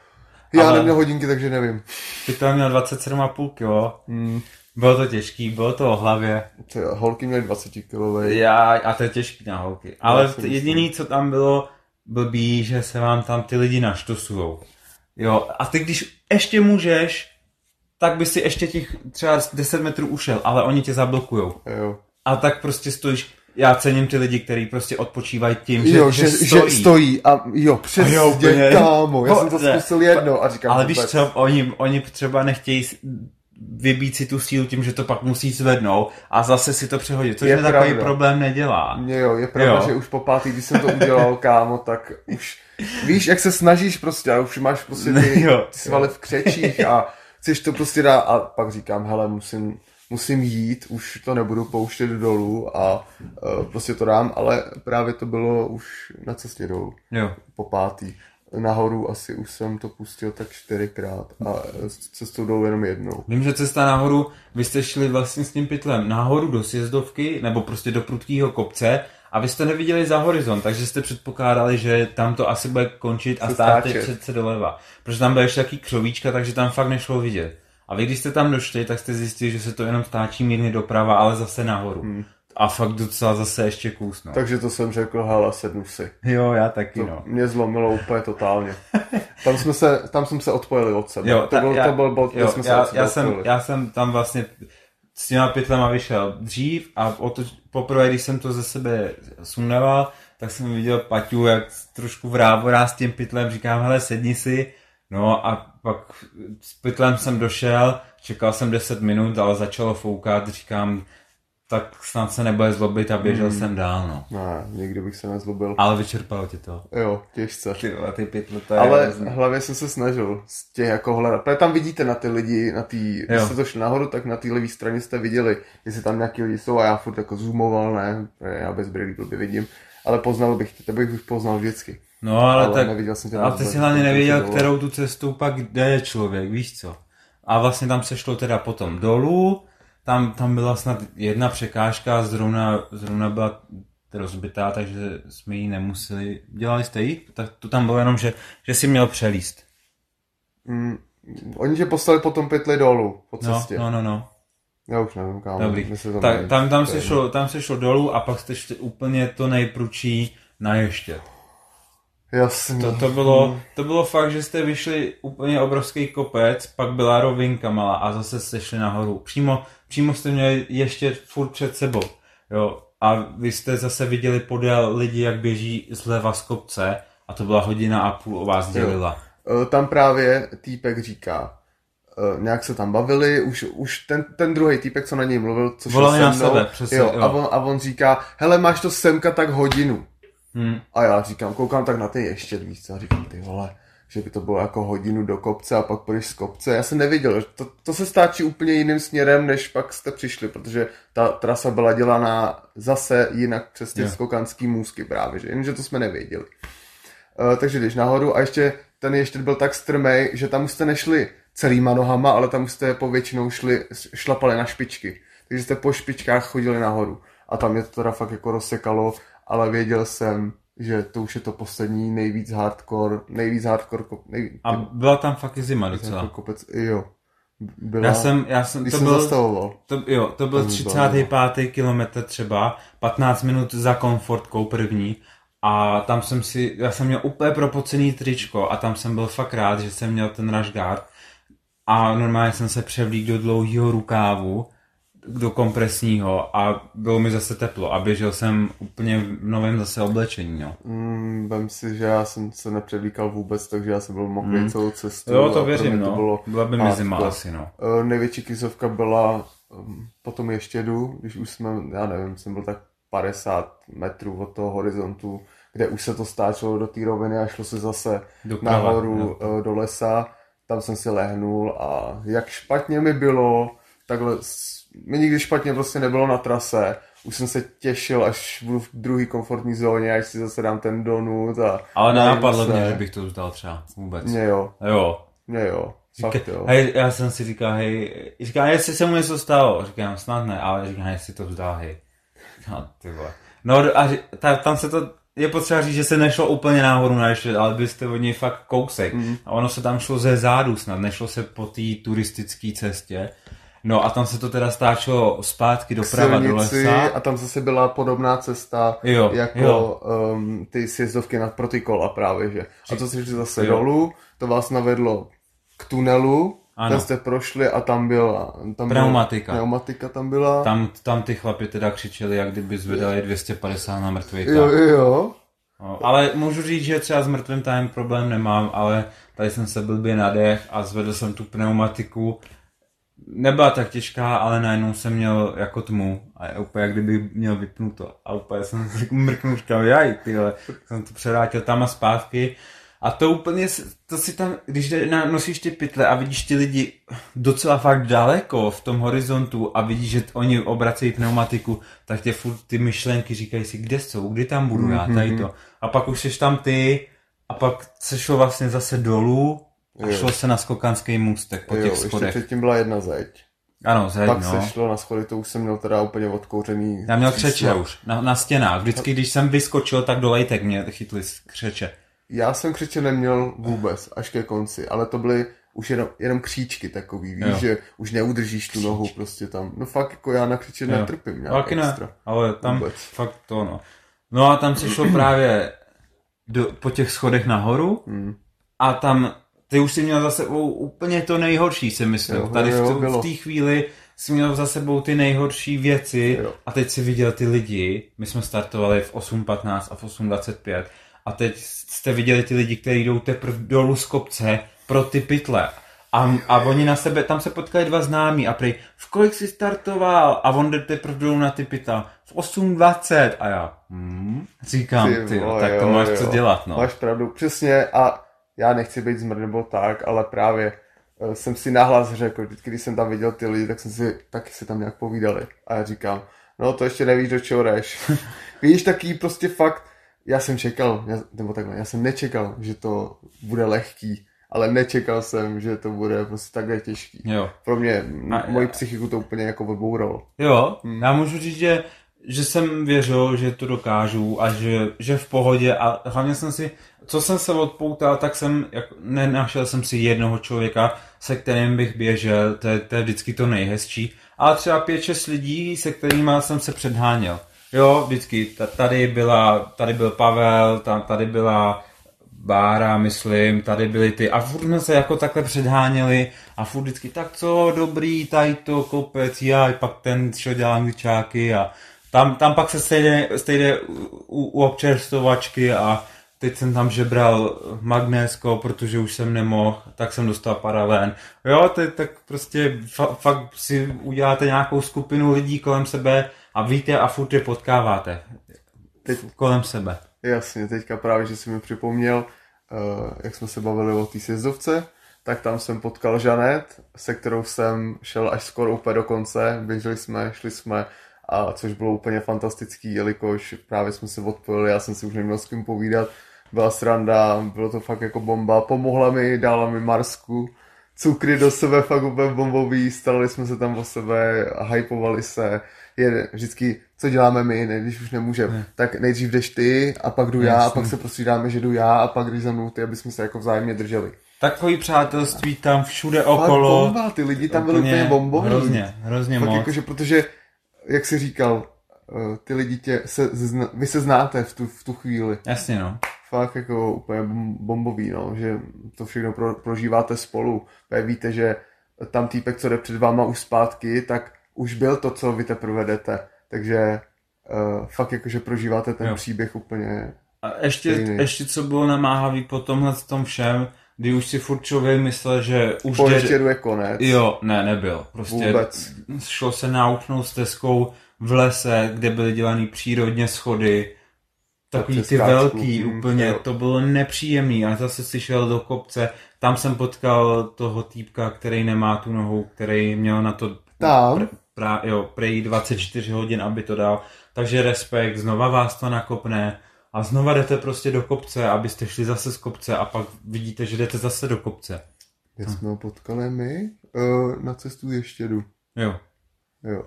Já neměl hodinky, takže nevím. Pytel měl 27,5 kg. Bylo to těžký, bylo to o hlavě. Holky měly 20 kg. A to je těžký na holky. Ale jediný, co tam bylo blbý, že se vám tam ty lidi naštosujou. Jo, a ty když ještě můžeš, tak by si ještě těch třeba 10 metrů ušel, ale oni tě zablokujou. Jo. A tak prostě stojíš. Já cením ty lidi, kteří prostě odpočívají tím, že stojí. A jo, přesně, kámo. Já jsem to zkusil jednou a říkám... Ale víš co, oni třeba nechtějí vybít si tu sílu tím, že to pak musí zvednout a zase si to přehodit, což je takový problém nedělá. Je pravda, že už po pátý, když jsem to udělal, kámo, tak už víš, jak se snažíš prostě a už máš prostě ty svaly v křečích a chceš to prostě dát a pak říkám, hele, musím jít, už to nebudu pouštět dolů a prostě to dám, ale právě to bylo už na cestě dolů. Jo. Po pátý. Nahoru asi už jsem to pustil tak 4krát a cestou dolů jenom jednou. Vím, že cesta nahoru, vy jste šli vlastně s tím pytlem nahoru do sjezdovky, nebo prostě do prudkého kopce a vy jste neviděli za horizont, takže jste předpokládali, že tam to asi bude končit a státe přece doleva. Protože tam byla ještě taky křovíčka, takže tam fakt nešlo vidět. A vy, když jste tam došli, tak jste zjistili, že se to jenom stáčí mírně doprava, ale zase nahoru. A fakt docela zase ještě kus, no. Takže to jsem řekl, hele, sednu si. Jo, já taky, to no. Mě zlomilo úplně totálně. Tam jsme se odpojili od sebe. Jo, Já jsem tam vlastně s těma pytlema vyšel dřív a poprvé, když jsem to ze sebe sundával, tak jsem viděl Paťu, jak trošku vrávorá s tím pytlem, říkám, hele, sedni si. No a pak s pytlem jsem došel, čekal jsem 10 minut, ale začalo foukat, říkám, tak snad se nebude zlobit a běžel jsem dál, no. Ne, nikdy bych se nezlobil. Ale vyčerpalo tě to. Jo, těžce. Ty pytle, to je ale hlavně jsem se snažil z těch jako hledat. Protože tam vidíte na ty lidi, když jste to šli nahoru, tak na té levé straně jste viděli, jestli tam nějaký lidi jsou a já furt jako zoomoval, ne, já bez brýlí blbě vidím, ale poznal bych tě, bych poznal vždycky. No, ale tak, neviděl jsem tě ale ty si hlavně nevěděl, kterou tu cestu pak jde člověk, víš co. A vlastně tam se šlo teda potom dolů, tam byla snad jedna překážka, zrovna byla rozbitá, takže jsme ji nemuseli. Dělali jste ji? Tak to tam bylo jenom, že si měl přelíst. Oni tě poslali potom pytli dolů po cestě. No. Já už nevím, kámo. Dobrý. Tam se šlo dolů a pak jste šli úplně to nejprudší na Ještěd. Jasně. To bylo fakt, že jste vyšli úplně obrovský kopec, pak byla rovinka malá a zase jste šli nahoru. Přímo jste měli ještě furt před sebou. Jo. A vy jste zase viděli podél lidi, jak běží zleva z kopce a to byla 1,5 hodiny o vás dělila. Tam právě týpek říká, nějak se tam bavili, už ten druhý týpek, co na něj mluvil, co šel se mnou, sebe, přesně, jo. A on říká, hele, máš to semka tak hodinu. A já říkám, koukám tak na ty ještě víc a říkám, ty vole, že by to bylo jako hodinu do kopce a pak půjdeš z kopce. Já jsem neviděl, to se stáčí úplně jiným směrem, než pak jste přišli, protože ta trasa byla dělaná zase jinak přes ty skokanský můzky právě, že? Jenže to jsme nevěděli. Takže jdeš nahoru a ještě ten ještě byl tak strmej, že tam už jste nešli celýma nohama, ale tam už jste povětšinou šlapali na špičky. Takže jste po špičkách chodili nahoru. A tam je to teda fakt jako rozsekalo, ale věděl jsem, že to už je to poslední nejvíc hardcore. A byla tam fakt i zima docela. Kopec, jo. Byla, já jsem když jsem zastavoval. To byl 35. kilometr třeba, 15 minut za komfortkou první A tam já jsem měl úplně propocený tričko a tam jsem byl fakt rád, že jsem měl ten rash guard. A normálně jsem se převlík do dlouhého rukávu, do kompresního a bylo mi zase teplo a běžel jsem úplně v novém zase oblečení, no. Vem si, že já jsem se nepřevlíkal vůbec, takže já jsem byl mokrý celou cestu. Jo, to věřím, no. Byla by mi zima asi, no. Největší krizovka byla po tom Ještědu, když už jsme, já nevím, jsem byl tak 50 metrů od toho horizontu, kde už se to stáčelo do té roviny a šlo se zase nahoru do lesa. Tam jsem si lehnul a jak špatně mi bylo, takhle mi nikdy špatně prostě nebylo na trase. Už jsem se těšil, až budu v druhé komfortní zóně, až si zase dám ten donut a... Ale nenapadlo mě, že bych to vzdal třeba vůbec. Mně jo. Jo. Mně jo. Fakt jo. Hej, já jsem si říkal, říkám, jestli se mu něco stalo. Říkám, snad ne, ale říkám, jestli to vzdal, hej. No, ty vole. No a tam se to... Je potřeba říct, že se nešlo úplně nahoru na Ještěd, ale byste od něj fakt kousek. A ono se tam šlo ze zádu snad, nešlo se po té turistické cestě. No a tam se to teda stáčelo zpátky doprava do lesa. A tam zase byla podobná cesta ty sjezdovky nad Protikola právě, že. A to si šli zase dolů, to vás navedlo k tunelu, tam jste prošli a tam byla... Pneumatika tam byla. Tam ty chlapi teda křičeli, jak kdyby zvedali 250 na mrtvejka. Jo. No, ale můžu říct, že třeba s mrtvým tajem problém nemám, ale tady jsem se blbě nadech a zvedl jsem tu pneumatiku. Nebyla tak těžká, ale najednou jsem měl jako tmu a úplně jak kdyby měl vypnuto. A úplně jsem si mrknul, říkal, tyhle, jsem to převrátil tam a zpátky. A to úplně, to si tam, když nosíš ty pytle a vidíš ty lidi docela fakt daleko v tom horizontu a vidíš, že oni obracejí pneumatiku, tak tě furt ty myšlenky říkají si, kde jsou, kdy tam budu já, tady to. A pak už jsi tam ty a pak se šlo vlastně zase dolů a šlo se na skokanský můstek po těch schodech. Ještě předtím byla jedna zeď. Ano, zeď, pak se šlo na schody, to už jsem měl teda úplně odkouřený. Já měl křeče už, na stěnách. Vždycky, když jsem vyskočil, tak do lejtek mě chytli křeče. Já jsem křeče neměl vůbec, až ke konci, ale to byly už jenom kříčky takový, víš, že už neudržíš tu nohu prostě tam. No fakt, jako já na křeče netrpím nějak extra. Ne, ale tam vůbec. Fakt to no. No a tam se šlo právě po těch schodech nahoru a tam, ty už si měl za sebou úplně to nejhorší, si myslím. Tady v té chvíli jsi měl za sebou ty nejhorší věci a teď si viděl ty lidi, my jsme startovali v 8.15 a v 8.25 a teď jste viděli ty lidi, kteří jdou teprve dolů z kopce pro ty pytle. A oni na sebe, tam se potkali dva známí a prý, v kolik jsi startoval? A on jde teprve dolů na ty pytla. V 8.20. A já, říkám, tak to máš co dělat, no. Máš pravdu, přesně a já nechci být zmrt nebo tak, ale právě jsem si nahlas řekl, když jsem tam viděl ty lidi, tak jsem si taky se tam nějak povídali. A já říkám, no to ještě nevíš, do čeho jdeš. Víš, taký prostě fakt, já jsem nečekal, že to bude lehký, ale nečekal jsem, že to bude prostě takhle těžký. Jo. Pro mě, moji psychiku to úplně jako odbouralo. Jo, já můžu říct, že jsem věřil, že to dokážu a že v pohodě a hlavně jsem si, co jsem se odpoutal, tak nenašel jsem si jednoho člověka, se kterým bych běžel, to je vždycky to nejhezčí, ale třeba 5-6 lidí, se kterými jsem se předháněl. Jo, vždycky, tady byl Pavel, tady byla Bára, myslím, tady byly ty a furt jsme se jako takhle předháněli a furt vždycky, tak co, dobrý, tady to kopec, pak ten šel dělal angličáky a tam pak se stejně u občerstvovačky a teď jsem tam žebral magnésko, protože už jsem nemohl, tak jsem dostal paralén. Jo, tak prostě fakt si uděláte nějakou skupinu lidí kolem sebe a víte a furt je potkáváte kolem sebe. Jasně, teďka právě, že jsi mi připomněl, jak jsme se bavili o té sjezdovce, tak tam jsem potkal Žanet, se kterou jsem šel až skoro úplně do konce, běželi jsme, šli jsme, a což bylo úplně fantastický, jelikož právě jsme se odpojili, já jsem si už neměl s kým povídat, byla sranda, bylo to fakt jako bomba, pomohla mi, dala mi Marsku, cukry do sebe, fakt úplně bombový, starali jsme se tam o sebe, hypovali se, vždycky, co děláme my, když už nemůžeme, tak nejdřív jdeš ty a pak jdu já a pak se prostřídáme, že jdu já a pak jdeš za mnou ty, aby jsme se jako vzájemně drželi. Takový přátelství tam všude okolo. Bomba, ty lidi tam byli úplně bomboví. Hrozně moc. Jakože, protože, jak jsi říkal, ty lidi vy se znáte v tu chvíli. Jasně, no. Fakt jako úplně bombový, no, že to všechno prožíváte spolu. Víte, že tam týpek, co jde před váma už zpátky, tak už byl to, co vy teprve jdete. Takže fakt jako, že prožíváte ten příběh úplně. A ještě co bylo namáhavý po tomhle tom všem, kdy už si furt člověk myslel, že už je konec. Jo, nebyl. Prostě vůbec. Šlo se náuchnou stezkou v lese, kde byly dělaný přírodně schody. Takový ty velký úplně, to bylo nepříjemný. A zase si šel do kopce, tam jsem potkal toho týpka, který nemá tu nohu, který měl na to prej 24 hodin, aby to dal. Takže respekt, znova vás to nakopne a znova jdete prostě do kopce, abyste šli zase z kopce a pak vidíte, že jdete zase do kopce. Kde jsme ho potkali my? Na cestu ještě jdu. Jo. Jo.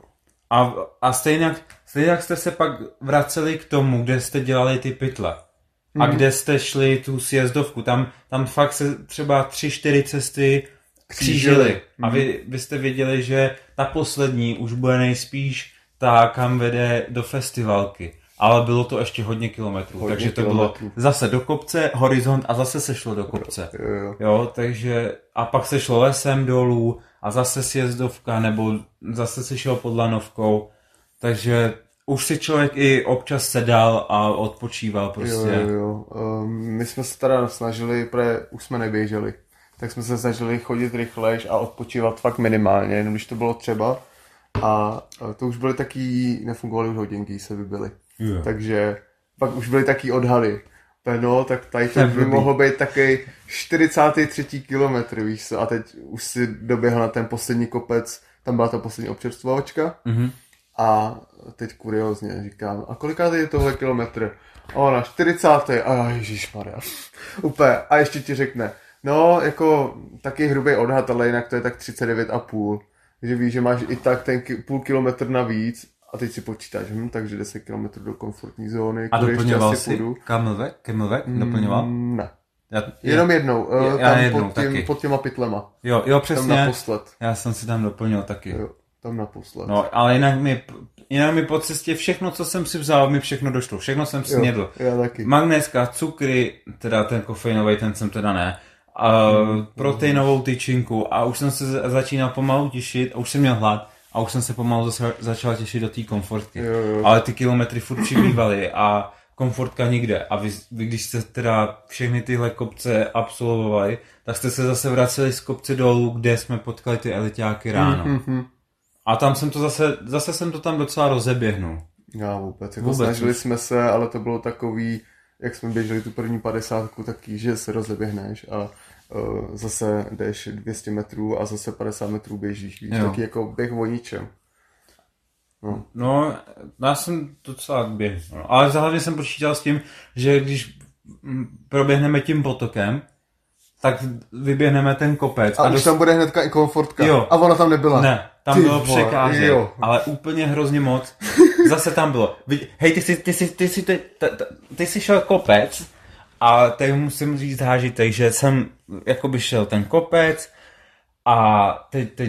A stejně jak jste se pak vraceli k tomu, kde jste dělali ty pytle a kde jste šli tu sjezdovku, tam fakt se třeba 3-4 cesty křížily. A vy jste věděli, že ta poslední už bude nejspíš ta, kam vede do festivalky. Ale bylo to ještě hodně kilometrů, takže to bylo zase do kopce, horizont a zase se šlo do kopce. Jo, takže a pak se šlo lesem dolů a zase sjezdovka, nebo zase se šel pod lanovkou, takže už si člověk i občas sedal a odpočíval prostě. Jo. My jsme se teda snažili, protože už jsme neběželi, tak jsme se snažili chodit rychlejš a odpočívat fakt minimálně, jenom když to bylo třeba. A to už byly taky, nefungovaly už hodinky, se vybily. Yeah. Takže pak už byly taky odhady. No, tak tady to by mohlo být taky 43. kilometr, víš co, a teď už si doběhl na ten poslední kopec, tam byla ta poslední občerstvovačka a teď kuriózně říkám, a kolikátý je tohle kilometr? A na 40. A ježišmarja, úplně, a ještě ti řekne, no, jako taky hrubý odhad, ale jinak to je tak 39,5. Takže víš, že máš i tak ten půl kilometr navíc a teď si počítáš, takže 10 kilometrů do komfortní zóny. A doplňoval jsi Camelback? Doplňoval? Ne. Jenom jednou, pod těma pytlema. Jo, přesně. Tam naposled. Já jsem si tam doplnil taky. Jo, tam naposled. No, ale jinak mi po cestě všechno, co jsem si vzal, mi všechno došlo. Všechno jsem snědl. Já taky. Magnéska, cukry, teda ten kofeinový, ten jsem teda ne. Proteinovou tyčinku a už jsem se začínal pomalu těšit a už jsem měl hlad a už jsem se pomalu začal těšit do té komfortky. Jo. Ale ty kilometry furt přibývaly a komfortka nikde. A vy, když jste teda všechny tyhle kopce absolvovali, tak jste se zase vraceli z kopce dolů, kde jsme potkali ty eliťáky ráno. A tam jsem to zase jsem to tam docela rozeběhnul. Já vůbec. Snažili jsme se, ale to bylo takový, jak jsme běželi tu první 50, taky, že se rozeběhneš a zase jdeš 200 metrů a zase 50 metrů běžíš, víš, taky jako běh o ničem. No, já jsem docela běh, ale hlavně jsem počítal s tím, že když proběhneme tím potokem, tak vyběhneme ten kopec. A už tam bude hnedka i komfortka. Jo. A ona tam nebyla. Ne, tam bylo překážek, ale úplně hrozně moc. Zase tam bylo. Hej, ty jsi šel kopec a teď musím říct hážitej, že jsem jakoby šel ten kopec a teď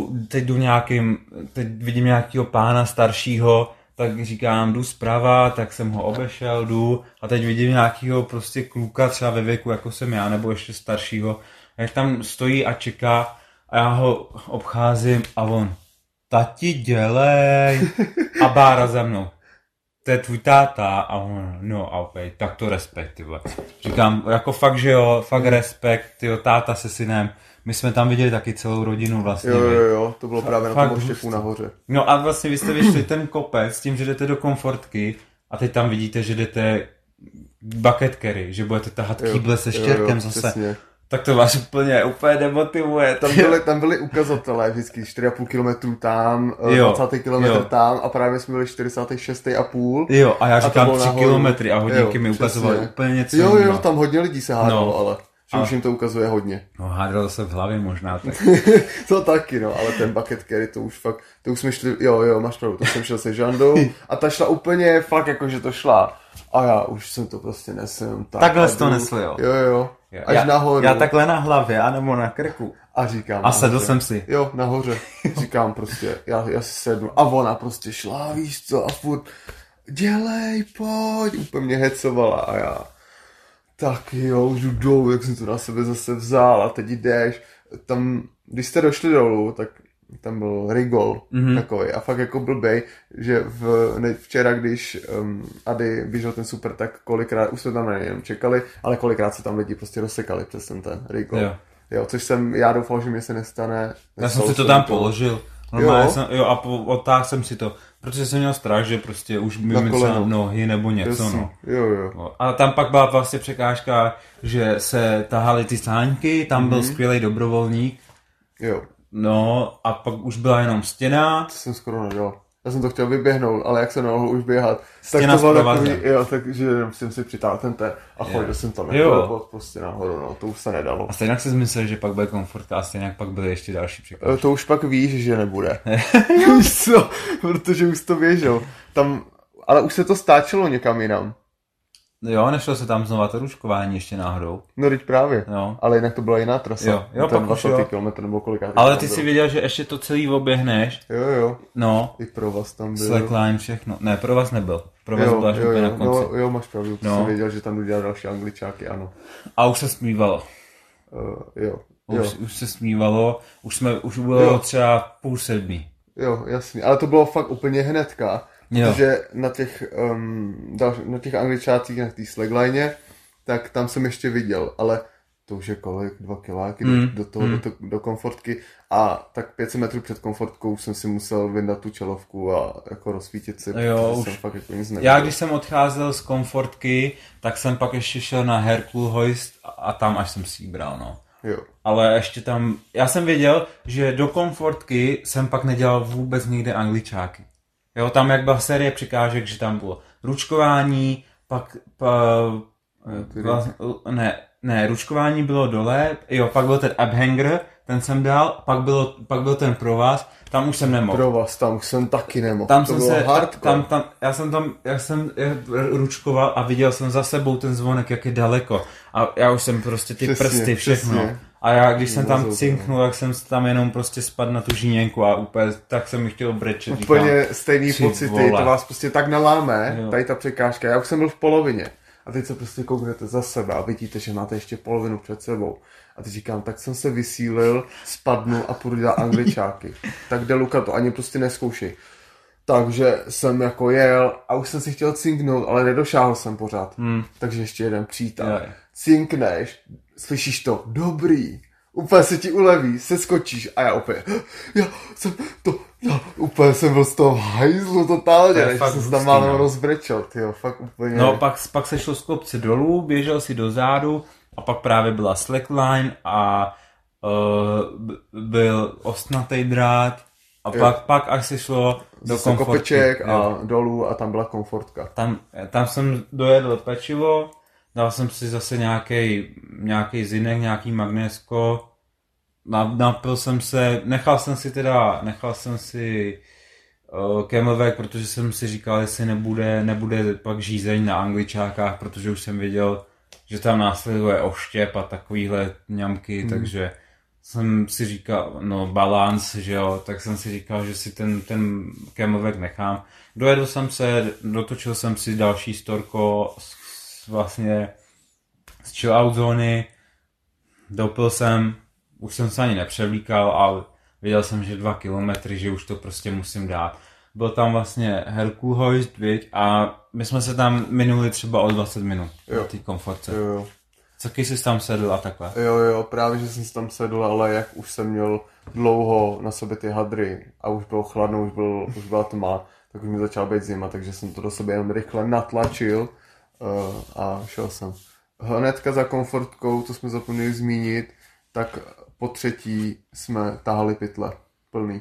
vidím nějakýho pána staršího, tak říkám, jdu zprava, tak jsem ho obešel, jdu a teď vidím nějakýho prostě kluka třeba ve věku, jako jsem já, nebo ještě staršího, jak tam stojí a čeká a já ho obcházím a on, tati, dělej, a Bára za mnou. To je tvůj táta a on, no a okay, tak to respekt, tyhle. Říkám, jako fakt, že jo, fakt respekt, tyjo, táta se synem. My jsme tam viděli taky celou rodinu vlastně. Jo, to bylo právě na tom oštěpu nahoře. No a vlastně vy jste vyšli ten kopec s tím, že jdete do komfortky a teď tam vidíte, že jdete bucket carry, že budete tahat kýble se štěrkem zase. Přesně. Tak to vás úplně demotivuje. Tam byly ukazatele vždycky 4,5 km tam, 20 km tam a právě jsme byli 46,5. Jo, a já říkám 3 kilometry a hodinky mi ukazovaly úplně něco. Jo, tam hodně lidí se hádalo, ale že už jim to ukazuje hodně. No, hádalo se v hlavě možná tak. To taky, no, ale ten bucket carry, to už fakt, to už jsme šli, jo, máš pravdu, to jsem šel se Žandou a ta šla úplně fakt jako, že to šla. A já už jsem to prostě nesl. Takhle jsi to nesl, jo. Jo. Až nahoru. Já takhle na hlavě, anebo na krku. A říkám... A sedl jsem si. Jo, nahoře. Říkám prostě, já si sednu. A ona prostě šla, víš co, a furt, dělej, pojď. Úplně mě hecovala a já... Tak jo, už jdu dolů, jak jsem to na sebe zase vzal a teď jdeš. Tam, když jste došli dolů, tak tam byl rigol takový a fakt jako blbej, že včera, když Ady běžel ten super, tak kolikrát, už jsme tam na něm čekali, ale kolikrát se tam lidi prostě rozsekali přes ten rigol. Jo, což já doufal, že mě se nestane. Já jsem si to tam položil. A otáhl jsem si to, protože jsem měl strach, že prostě už by mi třeba nohy nebo něco, Jasný. no. Jo. A tam pak byla vlastně překážka, že se tahaly ty sáňky, tam byl skvělý dobrovolník. Jo. No a pak už byla jenom stěna. To jsem skoro nedal. Já jsem to chtěl vyběhnout, ale jak jsem nemohl už běhat, stěna tak to bylo takový, jo, takže jsem si přitáhl ten a chodil jsem tam jako prostě nahoru, no, to už se nedalo. A stejně jsi myslel, že pak bude komfortka a stejně pak byly ještě další překážky. To už pak víš, že nebude. Víš co, protože už to běžel. Tam, ale už se to stáčelo někam jinam. Jo, nešlo se tam znova to ručkování ještě náhodou. No teď právě, jo. Ale jinak to byla jiná trasa. Jo, ten 20 km nebo kolikátý. Ale ty si věděl, že ještě to celý oběhneš. Jo. No. I provaz tam byl. Slackline, všechno. Ne, provaz nebyl. Provaz byl až úplně na konci. Jo, máš pravdu. Ty jsi věděl, že tam jdu dělat další Angličáky, ano. A už se smívalo. Jo. Už se smívalo, už bylo třeba 6:30. Jo, jasný, ale to bylo fakt úplně hnedka, protože na těch Angličácích, na té slackline, tak tam jsem ještě viděl, ale to už je kolik, 2 kiláky do komfortky a tak 500 metrů před komfortkou jsem si musel vyndat tu čelovku a jako rozsvítit si, protože jsem fakt jako nic neviděl. Já když jsem odcházel z komfortky, tak jsem pak ještě šel na Herkulhoist a tam až jsem si ji bral, no. Jo. Ale ještě tam, já jsem věděl, že do komfortky jsem pak nedělal vůbec nikde Angličáky. Jo, tam jak byla série překážek, že tam bylo ručkování, ručkování bylo dole, jo, pak byl ten uphanger, ten jsem dal, pak byl ten provaz, tam už jsem nemohl. Provaz, tam už jsem taky nemohl. Tam to jsem já jsem ručkoval a viděl jsem za sebou ten zvonek, jak je daleko. A já už jsem prostě ty prsty, všechno. Přesně. A já, když jsem tam cinknul, tak jsem tam jenom prostě spadl na tu žíněnku a úplně tak jsem mi chtěl brečet. Úplně stejný pocity, to vás prostě tak naláme, tady ta překážka. Já už jsem byl v polovině. A teď se prostě kouknete za sebe a vidíte, že máte ještě polovinu před sebou. A teď říkám, tak jsem se vysílil, spadnu a půjdu dělat Angličáky. Tak jde Luka, to ani prostě neskoušej. Takže jsem jako jel a už jsem si chtěl cinknout, ale nedošáhl jsem pořád. Takže ještě jeden přítah. Cinkneš, slyšíš to, dobrý. Úplně se ti uleví, se skočíš a já úplně, úplně jsem byl z toho hajzlu totálně, že jsem se tam málem rozbrečel, tyjo, fakt úplně. No pak se šlo z kopce dolů, běžel si do zádu a pak právě byla slackline a byl ostnatý drát a pak až se šlo do komfortky. Kopeček a dolů a tam byla komfortka. Tam jsem dojedl pečivo, dal jsem si zase nějaký zinek, nějaký magnésko, napil jsem se, nechal jsem si Camelback, protože jsem si říkal, jestli nebude pak žízeň na Angličákách, protože už jsem věděl, že tam následuje oštěp a takovýhle ňamky, takže jsem si říkal, balans, že jo, tak jsem si říkal, že si ten Camelback nechám. Dojedl jsem se, dotočil jsem si další storko vlastně z chill out zóny, dopil jsem, už jsem se ani nepřevlíkal, ale věděl jsem, že 2 kilometry, že už to prostě musím dát. Byl tam vlastně Herkulhoist, a my jsme se tam minuli třeba o 20 minut na té komfortce. Jo. Co když jsi tam sedl a takhle? Jo, právě, že jsem tam sedl, ale jak už jsem měl dlouho na sobě ty hadry a už bylo chladno, už byla tma, tak už mi začala být zima, takže jsem to do sebe jenom rychle natlačil a šel jsem. Hnedka za komfortkou, to jsme zapomněli zmínit, tak po třetí jsme tahali pytle plný.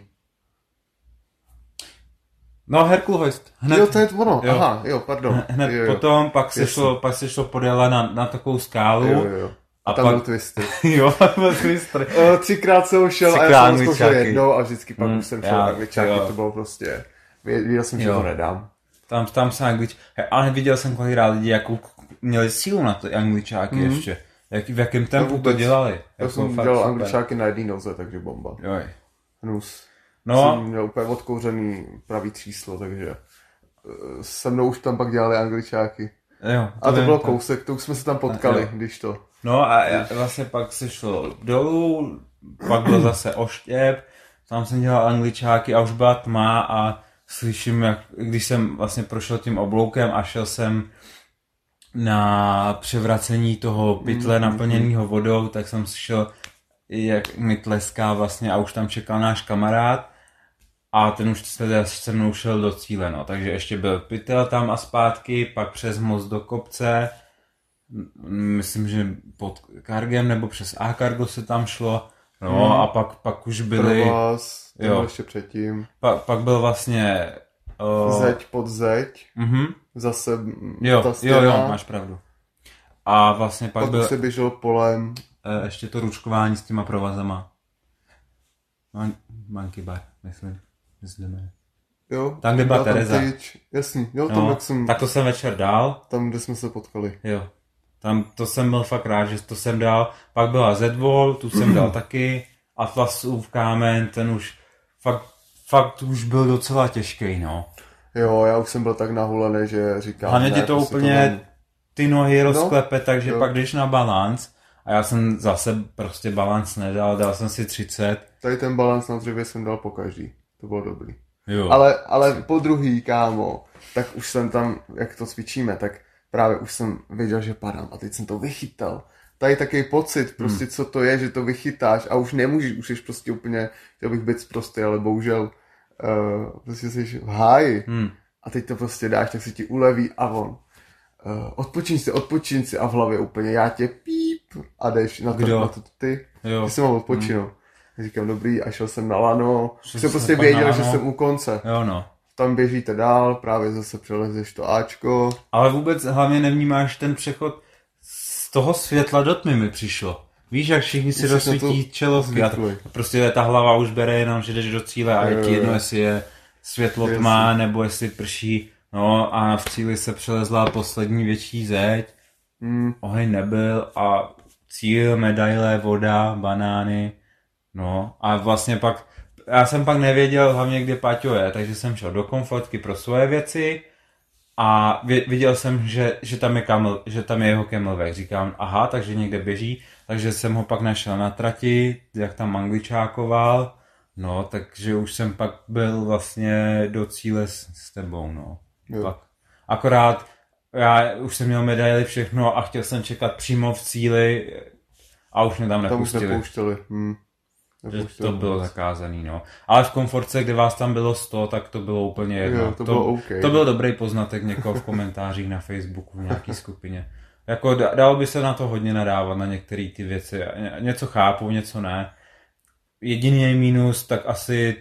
No, Herkulhoist. Jo, to je ono. Jo. Aha, jo, pardon. Hned potom, pak se šlo podéle na takovou skálu. Jo. A tam byl twister. Jo, byl twister. 3krát jsem ho šel a já jsem zkoušel jednou a vždycky pak už jsem šel Angličáky, to bylo prostě, viděl jsem, že to nedám. Tam se Angličáky, ale viděl jsem kolikrát lidi, jakou měli sílu na ty Angličáky ještě. v jakém tempu to dělali? Já jsem dělal Angličáky na jedné noze, takže bomba. Joj. Hnus. No. Jsem měl úplně odkouřený pravý tříslo, takže se mnou už tam pak dělali Angličáky. Jo, a to bylo kousek, to už jsme se tam potkali, když to. No a vlastně pak se šlo dolů, pak byl zase Oštěp, tam jsem dělal Angličáky a už byla tma a slyším, jak když jsem vlastně prošel tím obloukem a šel jsem na převracení toho pytle naplněného vodou, tak jsem slyšel, jak mi tleská vlastně a už tam čekal náš kamarád a ten už se mnou šel do cíle, no. Takže ještě byl pytel tam a zpátky, pak přes most do kopce, myslím, že pod Kargem nebo přes A-Cargo se tam šlo, no a pak už byli... Provaz, to byl ještě předtím. Pak byl vlastně... Zeď pod zeď, zase ta stěna. Jo, máš pravdu. A vlastně pak byl... se běžel polem. Ještě to ručkování s těma provazama. Monkey bar, myslím. Jo. Tam, kde byla Tereza. Jasný, jo, tam jak jsem... Tak to jsem večer dal. Tam, kde jsme se potkali. Jo. Tam to jsem byl fakt rád, že to jsem dal. Pak byla Z-Wall, tu jsem dal taky. Atlasův kámen, ten už fakt už byl docela těžký, no. Jo, já už jsem byl tak nahulený, že říkám... Hlavně ti to úplně ty nohy rozklepe, takže pak jdeš na balanc. A já jsem zase prostě balanc nedal, dal jsem si 30. Tady ten balanc na dřevě jsem dal po každý. To bylo dobrý. Jo. Ale po druhý, kámo, tak už jsem tam, jak to cvičíme, tak právě už jsem věděl, že padám a teď jsem to vychytal. Tady takový pocit, prostě co to je, že to vychytáš a už nemůžeš, už jsi prostě úplně, chtěl bych být prostý, ale bohužel prostě jsi v háji a teď to prostě dáš, tak se ti uleví a on odpočíň si a v hlavě úplně já tě píp a jdeš na to ty. Jo. Ty jsem mal odpočinout. Říkám dobrý a šel jsem na lano, už jsem prostě věděl, že jsem u konce. Jo no. Tam běžíte dál, právě zase přelezeš to Ačko. Ale vůbec hlavně nevnímáš ten přechod z toho světla do tmy mi přišlo. Víš, jak všichni si rozsvítí čelovky a prostě ta hlava už bere jenom, že jdeš do cíle a je ti jedno, jestli je světlo tma nebo jestli prší. No a v cíli se přelezla poslední větší zeď, oheň nebyl a cíl, medaile, voda, banány, no a vlastně pak, já jsem pak nevěděl hlavně kde Paťo je, takže jsem šel do komfortky pro svoje věci a viděl jsem, že tam je jeho Camelback, říkám aha, takže někde běží, takže jsem ho pak našel na trati, jak tam angličákoval, no takže už jsem pak byl vlastně do cíle s tebou, no. Pak. Akorát já už jsem měl medaily všechno a chtěl jsem čekat přímo v cíli a už mě tam nepustili. Tam už nepouštěli. To bylo zakázaný, no. Ale v komfortce, kde vás tam bylo 100, tak to bylo úplně jedno. Jo, to bylo okay. To byl dobrý poznatek někoho v komentářích na Facebooku v nějaký skupině. Jako dalo by se na to hodně nadávat, na některé ty věci. Něco chápu, něco ne. Jediný mínus, tak asi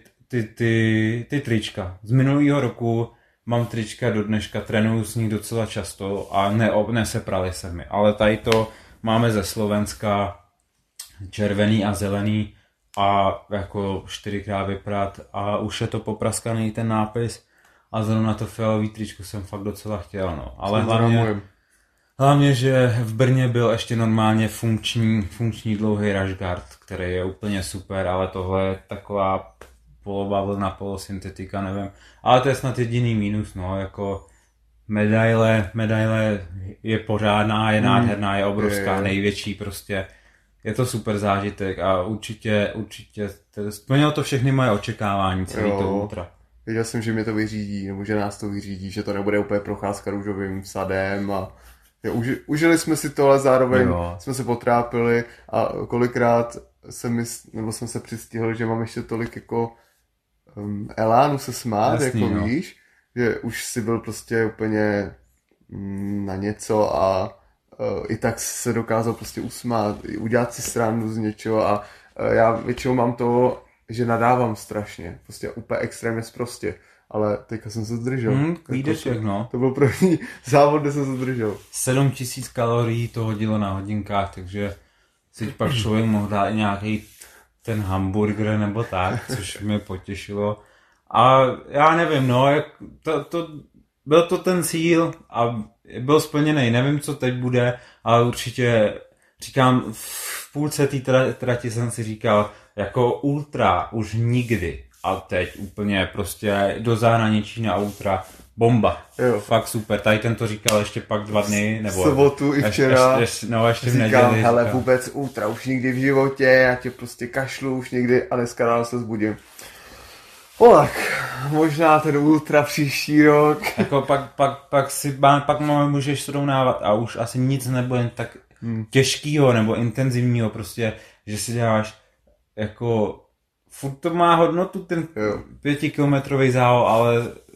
ty trička. Z minulého roku mám trička do dneška, trénuju s ní docela často a neseprali se mi. Ale tady to máme ze Slovenska červený a zelený a jako 4x vyprat a už je to popraskaný ten nápis a zrovna to fialový tričko jsem fakt docela chtěl, no. Ale hlavně, že v Brně byl ještě normálně funkční dlouhý Rashguard, který je úplně super, ale tohle je taková polobavlna, polosyntetika, nevím. Ale to je snad jediný mínus, no, jako medaile je pořádná, je nádherná, je obrovská, největší prostě. Je to super zážitek a určitě splnilo to všechny moje očekávání, celý to ultra. Věděl jsem, že mě to vyřídí, nebo že nás to vyřídí, že to nebude úplně procházka růžovým sadem a užili jsme si to, ale zároveň jsme se potrápili a kolikrát jsem se přistihl, že mám ještě tolik jako elánu se smát, jasný, jako víš, že už si byl prostě úplně na něco a i tak se dokázal prostě usmát, udělat si srandu z něčeho a já většinou mám to, že nadávám strašně, prostě úplně extrémně sprostě, ale teďka jsem se zdržel. No. To byl první závod, kde jsem se zdržel. 7000 kalorií to hodilo na hodinkách, takže si pak člověk mohl dát i nějaký ten hamburger nebo tak, což mě potěšilo. A já nevím, no, byl to ten cíl a byl splněný. Nevím, co teď bude, ale určitě říkám, v půlce té trati jsem si říkal, jako ultra už nikdy. A teď úplně prostě do zahraničí na ultra. Bomba. Jo. Fakt super. Tady ten to říkal ještě pak 2 dny. Nebo v sobotu i včera. Ještě v neděli. Říkám, hele, vůbec ultra už nikdy v životě, já tě prostě kašlu už někdy a dneska ráno se zbudím. Tak, možná ten ultra příští rok. Jako pak můžeš srovnávat a už asi nic nebude tak těžkýho nebo intenzivního prostě, že si dáš jako furt to má hodnotu ten 5kilometrový závod, ale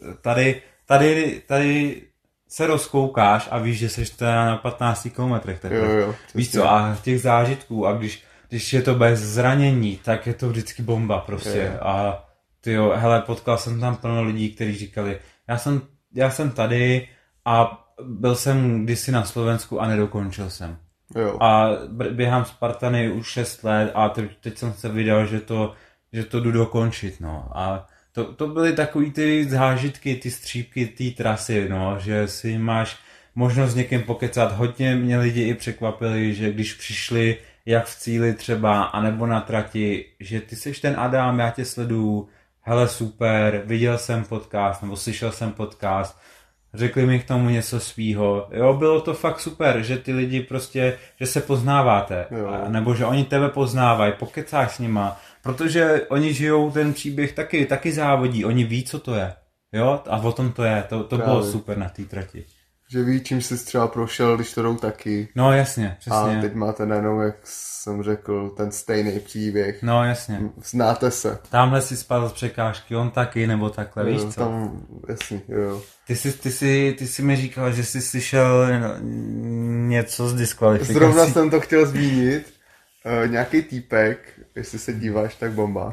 tady se rozkoukáš a víš, že seš teda na 15 kilometrech. Víš co, a těch zážitků a když je to bez zranění, tak je to vždycky bomba prostě. A tyjo, hele, potkal jsem tam plno lidí, kteří říkali, já jsem tady a byl jsem kdysi na Slovensku a nedokončil jsem. Jo. A běhám Spartany už 6 let a teď jsem se vydal, že to jdu dokončit, no. A to byly takový ty zážitky, ty střípky, ty trasy, no, že si máš možnost s někým pokecat. Hodně mě lidi i překvapili, že když přišli jak v cíli třeba, anebo na trati, že ty seš ten Adam, já tě sleduju, hele super, viděl jsem podcast, nebo slyšel jsem podcast, řekli mi k tomu něco svýho. Jo, bylo to fakt super, že ty lidi prostě, že se poznáváte, nebo že oni tebe poznávají, pokecáš s nima, protože oni žijou ten příběh taky závodí, oni ví, co to je. Jo, a o tom to je, to bylo super na té trati. Že ví, čím jsi třeba prošel, když to jdou taky. No jasně, přesně. A teď máte najednou, jak jsem řekl, ten stejný příběh. No jasně. Znáte se. Tamhle si spadl z překážky, on taky, nebo takhle, víš co? Tam, jasně, jo. Ty jsi mi říkal, že jsi slyšel něco z diskvalifikací. Zrovna jsem to chtěl zmínit. Nějaký týpek, jestli se díváš, tak bomba.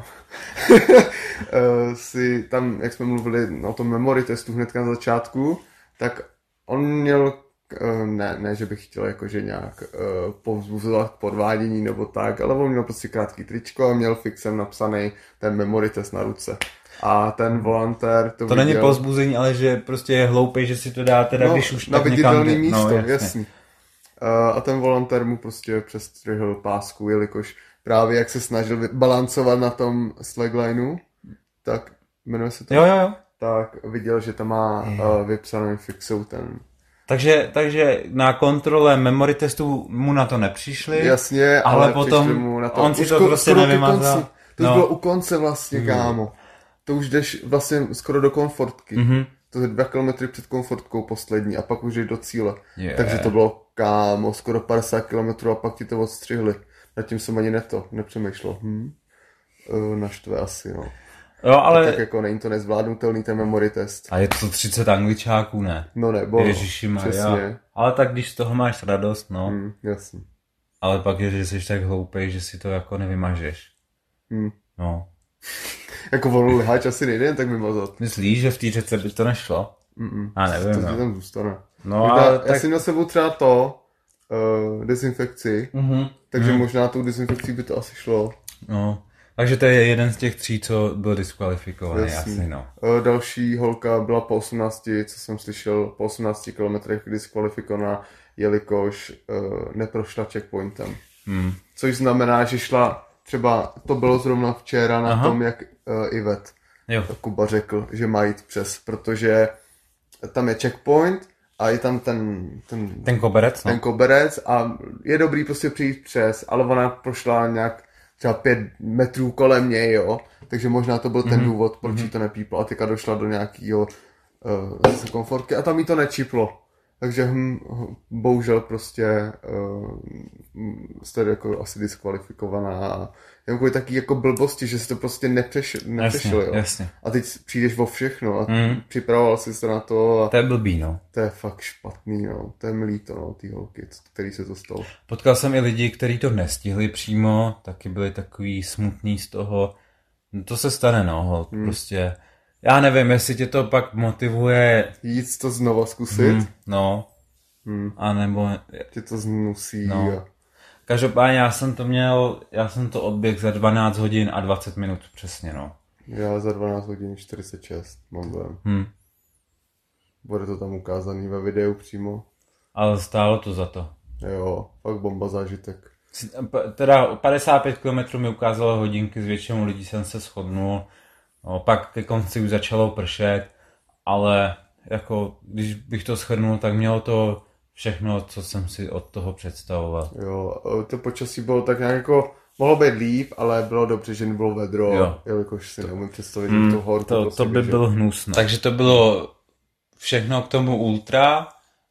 Si tam, jak jsme mluvili o tom memory testu hnedka na začátku, tak on měl, ne, že bych chtěl jakože nějak povzbuzovat k podvádění nebo tak, ale on měl prostě krátký tričko a měl fixem napsaný ten memory test na ruce. A ten volantér to viděl. Není povzbuzení, ale že prostě je hloupej, že si to dá teda, když už na tak viditelný někam... místo, jasný. A ten volantér mu prostě přestřihl pásku, jelikož právě jak se snažil balancovat na tom slaglineu, tak jmenuje se to? Jo. Tak viděl, že tam má vypsaný fixou ten... Takže na kontrole memory testu mu na to nepřišli. Jasně, ale potom mu na to. On si to prostě nevymazal. To už bylo u konce vlastně, kámo. To už jdeš vlastně skoro do komfortky. To je 2 kilometry před komfortkou poslední a pak už jdeš do cíle. Takže to bylo, kámo, skoro 50 kilometrů a pak ti to odstřihli. Nad tím jsem ani nepřemýšlel. Naštve asi, no. Jo, ale... Tak jako není to nezvládnutelný ten memory test. A je to 30 angličáků, ne? No nebo, přesně. Ale tak když z toho máš radost, no. Jasný. Ale pak je, že jsi tak hloupej, že si to jako nevymažeš. No. Jako volou liháč asi nejde tak vymazat. Myslíš, že v té řece by to nešlo? A nevím, to tam zůstane. No, ale já si měl sebou třeba dezinfekci, takže možná tou dezinfekcí by to asi šlo. No, takže to je jeden z těch 3, co byl diskvalifikovaný, jasný, no. Další holka byla po 18, co jsem slyšel, po 18 kilometrech diskvalifikovaná, jelikož neprošla checkpointem. Což znamená, že šla, třeba to bylo zrovna včera na tom, jak Ivet Kuba řekl, že má jít přes, protože tam je checkpoint a je tam ten koberec, ten koberec a je dobrý prostě přijít přes, ale ona prošla nějak třeba 5 metrů kolem něj, jo, takže možná to byl ten důvod, proč jí to nepíplo a teďka došla do nějakého zase komfortky a tam jí to nečiplo. Takže bohužel prostě jste jako asi diskvalifikovaná. Je jako taky jako blbosti, že jsi to prostě nepřešel, jo. Jasně. A teď přijdeš o všechno a připravoval jsi se na to. A to je blbý, no. To je fakt špatný, no. To je mi líto, no, ty holky, který se to stalo. Potkal jsem i lidi, kteří to nestihli přímo, taky byli takový smutný z toho. No to se stane, no, prostě... Já nevím, jestli tě to pak motivuje... Jít to znova zkusit? No. A nebo... Tě to znusí. No. Každopádně já jsem to odběhl za 12 hodin a 20 minut přesně, no. Já za 12 hodin 46 mám dojem. Bude to tam ukázaný ve videu přímo. Ale stálo to za to. Jo, fakt bomba zážitek. Teda 55 km mi ukázalo hodinky, s většinou lidí jsem se shodnul. No, pak ke konci už začalo pršet, ale jako, když bych to shrnul, tak mělo to všechno, co jsem si od toho představoval. Jo, to počasí bylo tak nějak jako, mohlo být líp, ale bylo dobře, že nebylo vedro, Jo. jelikož si neumím představit, že to horko To prostě by běželo. bylo hnusné. Takže to bylo všechno k tomu ultra.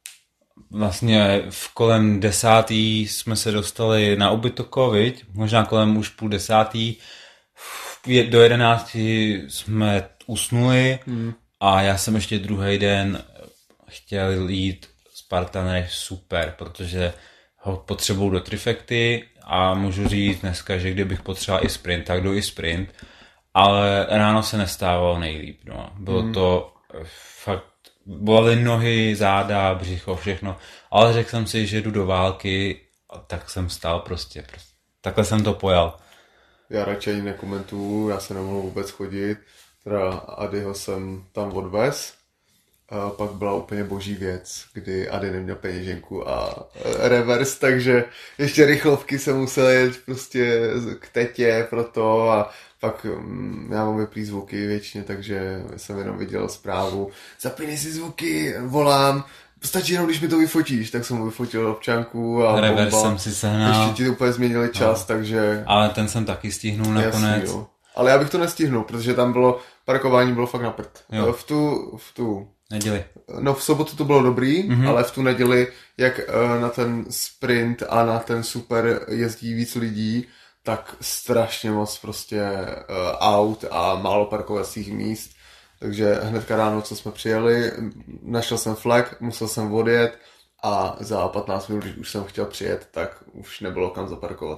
Vlastně v kolem 10. jsme se dostali na ubytoko, viď? Možná kolem už 9:30. Do 11 jsme usnuli a já jsem ještě druhý den chtěl jít Spartan Race super, protože ho potřebuju do trifekty a můžu říct dneska, že kdybych potřeboval i sprint, tak jdu i sprint, ale ráno se nestávalo nejlíp, no. Bylo to fakt, bolely nohy, záda, břicho, všechno, ale řekl jsem si, že jdu do války a tak jsem stál prostě. Takhle jsem to pojal. Já radši ani nekomentuju, já se nemohl vůbec chodit, teda Adyho jsem tam odvez. A pak byla úplně boží věc, kdy Ady neměl peněženku a reverse, takže ještě rychlovky jsem musel jet prostě k tetě pro to a pak já mám vyplý zvuky většině, takže jsem jenom viděl zprávu, zapínej si zvuky, volám, stačí jenom, když mi to vyfotíš, tak jsem mu vyfotil občanku a Reverse bomba. jsem si sehnal. Ještě ti to úplně změnili čas, takže... Ale ten jsem taky stihnul nakonec. Jasný, jo. Ale já bych to nestihnul, protože tam bylo, parkování bylo fakt na prd. Jo. V tu Neděli. No v sobotu to bylo dobrý, ale v tu neděli, jak na ten sprint a na ten super jezdí víc lidí, tak strašně moc prostě aut a málo parkovacích míst. Takže hnedka ráno, co jsme přijeli, našel jsem flag, musel jsem odjet a za 15 minut, když už jsem chtěl přijet, tak už nebylo kam zaparkovat.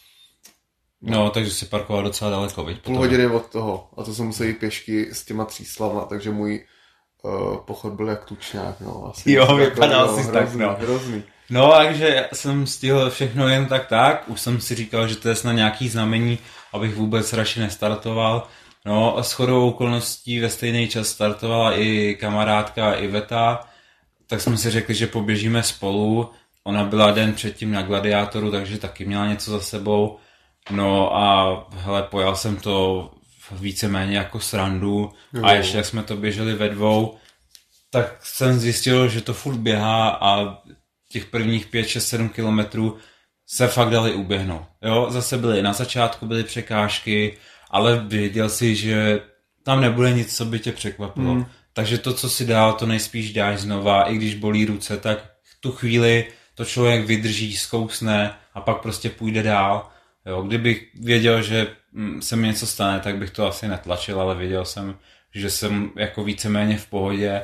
No, takže si parkoval docela daleko, viď? Půl hodiny od toho a to jsem musel jít pěšky s těma tříslama, takže můj pochod byl jak tučňák, no. Asi Jo, vypadal si tak, no. Hrozný. No, takže jsem stihl všechno jen tak. Už jsem si říkal, že to je snad nějaký znamení, abych vůbec radši nestartoval. No a shodou okolností ve stejný čas startovala i kamarádka Iveta, tak jsme si řekli, že poběžíme spolu. Ona byla den předtím na Gladiátoru, takže taky měla něco za sebou. No a hele, pojal jsem to víceméně jako srandu a ještě jak jsme to běželi ve dvou, tak jsem zjistil, že to furt běhá a těch prvních 5, 6, 7 kilometrů se fakt dali uběhnout. Jo, zase byly na začátku byly překážky, ale věděl si, že tam nebude nic, co by tě překvapilo. Takže to, co si dál, to nejspíš dáš znova, i když bolí ruce, tak tu chvíli to člověk vydrží, zkousne a pak prostě půjde dál. Jo, kdybych věděl, že se mi něco stane, tak bych to asi netlačil, ale věděl jsem, že jsem jako víceméně v pohodě.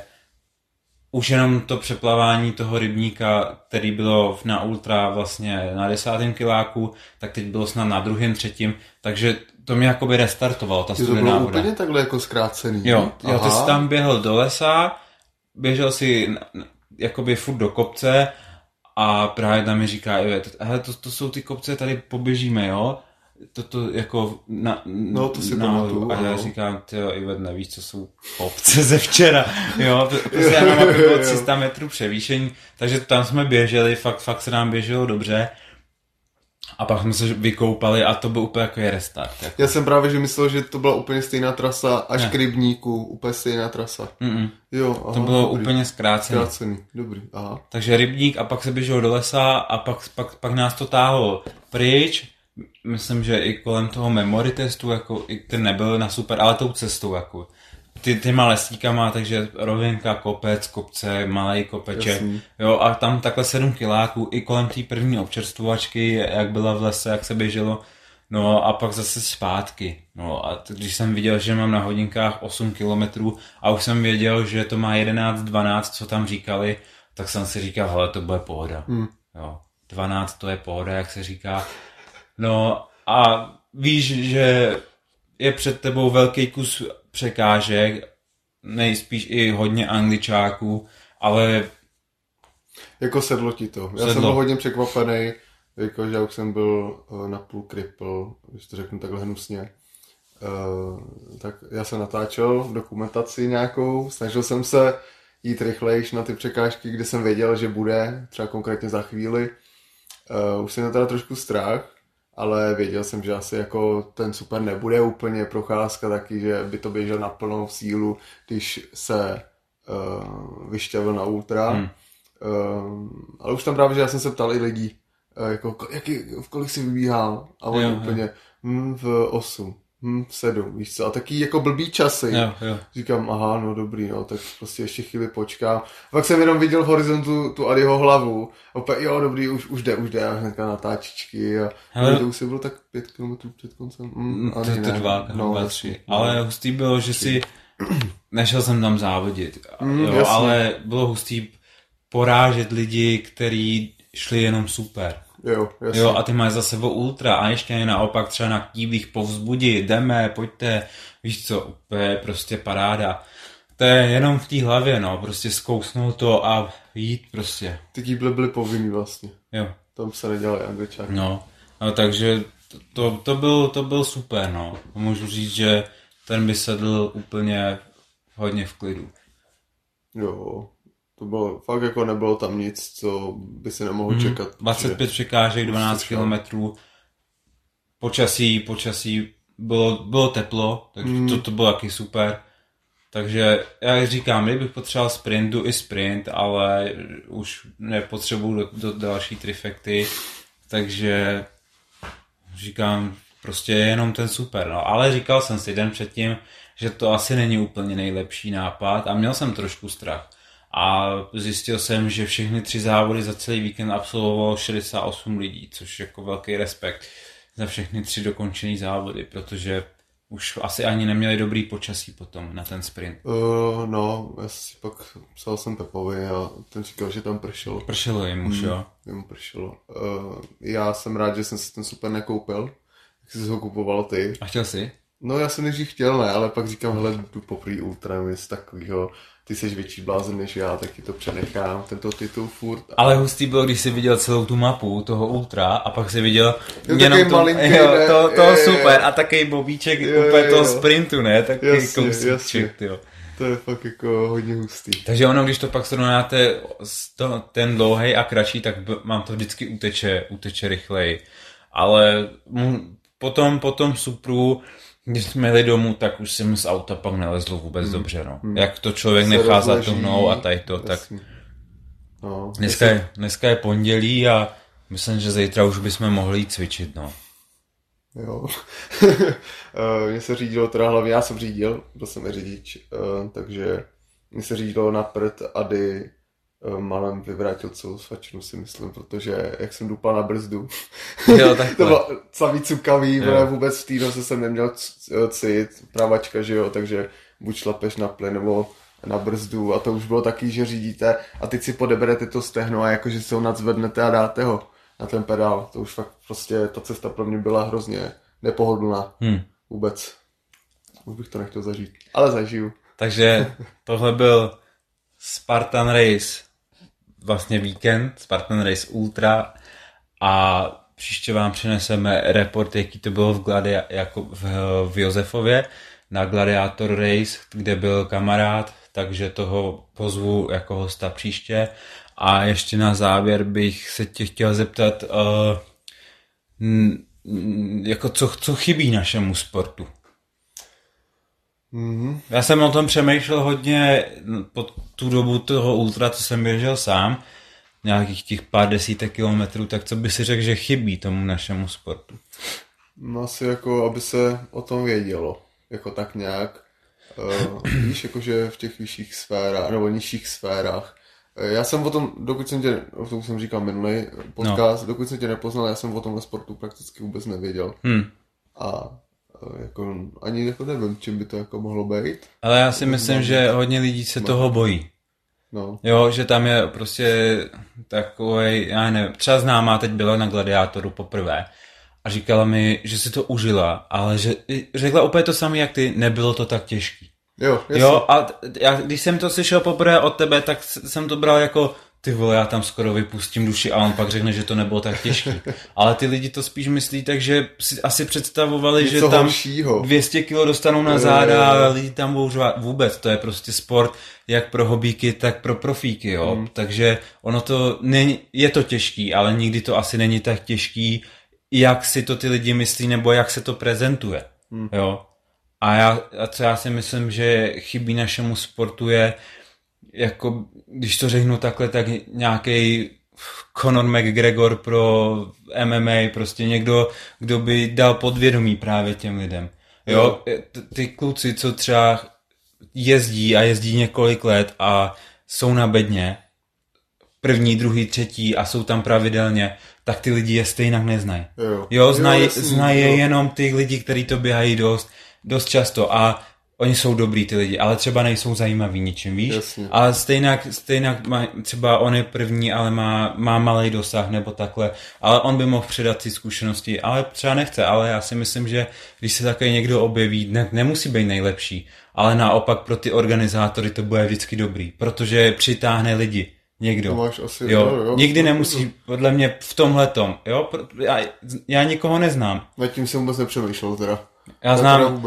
Už jenom to přeplavání toho rybníka, který bylo na ultra vlastně na 10. kiláku, tak teď bylo snad na 2., 3., takže to mě jakoby restartovalo, ta studená voda. To bylo úplně takhle jako zkrácený. Jo, ty jsi tam běhl do lesa, běžel si jakoby furt do kopce a právě tam mi říká, hele, to jsou ty kopce, tady poběžíme, jo? To jako no, to si pamatuju. A já říkám, tyjo, Ivet, nevíš, co jsou kopce ze včera, jo? Prostě já na mapě bylo 300 metrů převýšení, takže tam jsme běželi, fakt se nám běželo dobře. A pak jsme se vykoupali a to byl úplně jako restart. Jako. Já jsem právě že myslel, že to byla úplně stejná trasa až k rybníku, úplně stejná trasa. Jo, aha, to bylo dobrý. úplně zkrácený. Dobrý, aha. Takže rybník a pak se běželo do lesa a pak nás to táhlo pryč. Myslím, že i kolem toho memory testu, jako i ten nebyl na super, ale tou cestou, jako těma lesíkama, takže rovinka, kopec, kopce, malej kopeček, Jasný. jo, a tam takhle 7 kiláků, i kolem té první občerstvovačky, jak byla v lese, jak se běželo, no a pak zase zpátky, no a když jsem viděl, že mám na hodinkách 8 kilometrů a už jsem věděl, že to má 11, 12, co tam říkali, tak jsem si říkal, hele, to bude pohoda, jo, 12 to je pohoda, jak se říká. No a víš, že je před tebou velký kus překážek, nejspíš i hodně Angličáků, ale... Jako sedlo ti to. Já jsem byl hodně překvapený, jako, že já už jsem byl na půl cripple, když to řeknu takhle hnusně. Tak já jsem natáčel dokumentaci nějakou, snažil jsem se jít rychlejš na ty překážky, kde jsem věděl, že bude, třeba konkrétně za chvíli. Už jsem měl teda trošku strach, ale věděl jsem, že asi jako ten super nebude úplně procházka taky, že by to běžel na plnou sílu, když se vyšťavil na ultra. Ale už tam právě, že já jsem se ptal i lidí, jako, v kolik si vybíhal? A oni úplně v 8, v 7, víš co? A taky jako blbý časy. Jo. Říkám, aha, no dobrý, no, tak prostě ještě chvíli počkám. Pak jsem jenom viděl v horizontu tu Adiho hlavu. A opět, jo, dobrý, už jde. A hnedka natáčičky. A to už se bylo tak 5 km před koncem. To 2, 3. Ale hustý bylo, že si nešel jsem tam závodit. Ale bylo hustý porážet lidi, kteří šli jenom super. Jo, a ty máš za sebou ultra a ještě naopak třeba na kýblích povzbudit, jdeme, pojďte, víš co, úplně prostě paráda. To je jenom v té hlavě, no, prostě zkousnout to a jít prostě. Ty kýble byly povinný vlastně. Jo. Tam se nedělali Angličáky. No, takže to byl super, no. Můžu říct, že ten by sedl úplně hodně v klidu. Jo. To bylo, fakt jako nebylo tam nic, co by si nemohl čekat. 25 překážek, 12 kilometrů. Počasí bylo teplo, takže to bylo taky super. Takže já říkám, kdybych potřeboval sprintu i sprint, ale už nepotřebuju do další trifekty, takže říkám, prostě jenom ten super. No. Ale říkal jsem si den předtím, že to asi není úplně nejlepší nápad a měl jsem trošku strach. A zjistil jsem, že všechny 3 závody za celý víkend absolvovalo 68 lidí, což je jako velký respekt za všechny 3 dokončený závody, protože už asi ani neměli dobrý počasí potom na ten sprint. No, já si pak psal jsem Pepovi a ten říkal, že tam pršelo. Pršelo jim už, jo? Jim pršelo. Já jsem rád, že jsem si ten super nekoupil, jak jsi ho kupoval ty. A chtěl jsi? No já jsem nejdřív chtěl, ne, ale pak říkám, hele, jdu poprvé ultra, něco takovýho. Ty jsi větší blázen než já, tak ti to přenechám, tento titul furt. Ale hustý bylo, když jsi viděl celou tu mapu toho ultra a pak jsi viděl jenom toho super a takový bobíček úplně toho sprintu, ne? Takový kousíček, jo. To je fakt jako hodně hustý. Takže ono, když to pak srovnáte ten dlouhý a kratší, tak mám to vždycky uteče rychleji. Ale po tom supru, když jsme jeli domů, tak už jsem z auta pak nelezl vůbec dobře, no. Jak to člověk nechá zatohnout a tady to, tak... No, dneska je pondělí a myslím, že zítra už bychom mohli jít cvičit, no. Jo. Mně se řídilo, teda hlavně já jsem řídil, byl jsem i řidič, takže mně se řídilo na prd Ady, malem vyvrátil celou svačinu, si myslím, protože jak jsem dupal na brzdu, jo, to bylo samý cukavý, vůbec v té noze jsem neměl cit, pravačka, že jo, takže buď šlapeš na plyn nebo na brzdu a to už bylo taky, že řídíte a teď si podeberete to stehno a jakože se ho nadzvednete a dáte ho na ten pedál, to už fakt prostě ta cesta pro mě byla hrozně nepohodlná, vůbec, už bych to nechtěl zažít, ale zažiju. Takže tohle byl Spartan Race, vlastně víkend, Spartan Race Ultra a příště vám přineseme report, jaký to bylo v Josefově na Gladiator Race, kde byl kamarád, takže toho pozvu jako hosta příště. A ještě na závěr bych se tě chtěl zeptat, jako co chybí našemu sportu? Já jsem o tom přemýšlel hodně po tu dobu toho ultra, co jsem běžel sám, nějakých těch pár desítek kilometrů, tak co by si řekl, že chybí tomu našemu sportu? No asi jako, aby se o tom vědělo, jako tak nějak, víš, jakože v těch vyšších sférách, nebo nižších sférách. Já jsem o tom, o tom jsem říkal minulý podcast, dokud jsem tě nepoznal, já jsem o tomhle sportu prakticky vůbec nevěděl. A jako ani jako nevím, čím by to jako mohlo být. Ale já si myslím, že hodně lidí se toho bojí. No. Jo, že tam je prostě takovej, já nevím, třeba známá teď byla na Gladiátoru poprvé a říkala mi, že si to užila, ale že řekla úplně to samé jak ty, nebylo to tak těžký. Jo, a já, když jsem to slyšel poprvé od tebe, tak jsem to bral jako, ty vole, já tam skoro vypustím duši a on pak řekne, že to nebylo tak těžký. Ale ty lidi to spíš myslí tak, že si asi představovali, něco že tam horšího. 200 kg dostanou na záda a lidi tam budou řvát. Vůbec, to je prostě sport jak pro hobíky, tak pro profíky, jo. Takže ono to není, je to těžký, ale nikdy to asi není tak těžký, jak si to ty lidi myslí, nebo jak se to prezentuje, jo. A co já si myslím, že chybí našemu sportu je, jako, když to řeknu takhle, tak nějaký Conor McGregor pro MMA, prostě někdo, kdo by dal podvědomí právě těm lidem. Jo, ty kluci, co třeba jezdí několik let a jsou na bedně, první, druhý, třetí a jsou tam pravidelně, tak ty lidi je stejnak neznají. Jo, znají jenom ty lidi, kteří to běhají dost často a oni jsou dobrý ty lidi, ale třeba nejsou zajímaví ničím, víš? Jasně. Ale stejnak třeba on je první, ale má malej dosah nebo takhle, ale on by mohl předat ty zkušenosti, ale třeba nechce, ale já si myslím, že když se takový někdo objeví, nemusí být nejlepší, ale naopak pro ty organizátory to bude vždycky dobrý, protože přitáhne lidi. Někdo. To máš asi, jo. Nikdy nemusí, podle mě v tomhletom, jo? Já nikoho neznám. Nad tím jsem vůbec nepřemýšlel teda. Já znám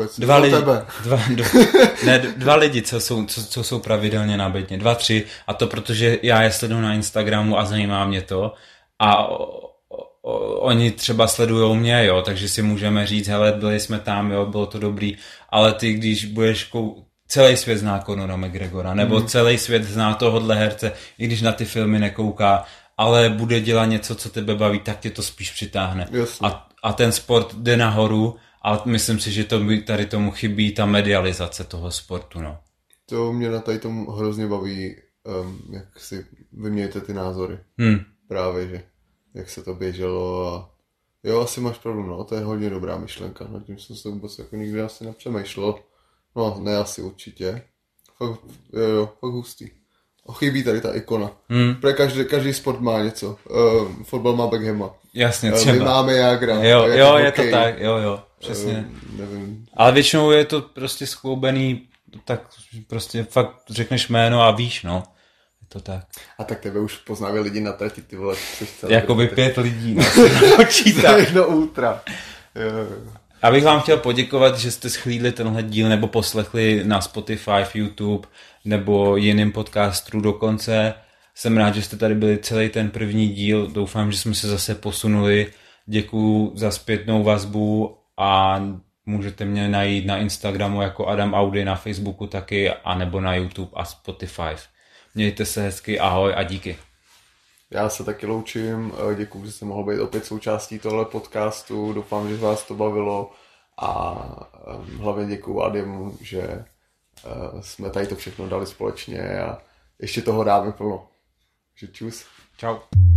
dva lidi, co jsou pravidelně na bedně. 2, 3 a to protože já je sleduju na Instagramu a zajímá mě to a oni třeba sledujou mě, jo, takže si můžeme říct, hele, byli jsme tam, jo, bylo to dobrý, ale ty, když budeš celý svět zná Conora McGregora, nebo celý svět zná tohohle herce, i když na ty filmy nekouká, ale bude dělat něco, co tebe baví, tak tě to spíš přitáhne. A ten sport jde nahoru, a myslím si, že tady tomu chybí ta medializace toho sportu, no. To mě na tady tomu hrozně baví, jak si vyměňujete ty názory. Právě, že jak se to běželo a jo, asi máš pravdu, no, to je hodně dobrá myšlenka, nad tím jsem se vůbec jako nikdy asi nepřemýšlel. No, ne asi určitě. Fakt hustý. Chybí tady ta ikona. Protože každý sport má něco. Fotbal má Beckhama. Jasně, třeba. My máme Jágra. Jo, je to tak, jo, přesně. Nevím. Ale většinou je to prostě skloubený, tak prostě fakt řekneš jméno a víš, no. Je to tak. A tak tebe už poznávají lidi na trati, ty vole. Jakoby 5 lidí, no. No ultra. Abych vám chtěl poděkovat, že jste schlídli tenhle díl nebo poslechli na Spotify, YouTube nebo jiným podcastu do konce. Jsem rád, že jste tady byli celý ten první díl. Doufám, že jsme se zase posunuli. Děkuju za zpětnou vazbu a můžete mě najít na Instagramu jako Adam Audi, na Facebooku taky, anebo na YouTube a Spotify. Mějte se hezky, ahoj a díky. Já se taky loučím, děkuji, že jsem mohl být opět součástí tohle podcastu, doufám, že vás to bavilo a hlavně děkuji Adimu, že jsme tady to všechno dali společně a ještě toho dáme plno. Takže čus. Čau.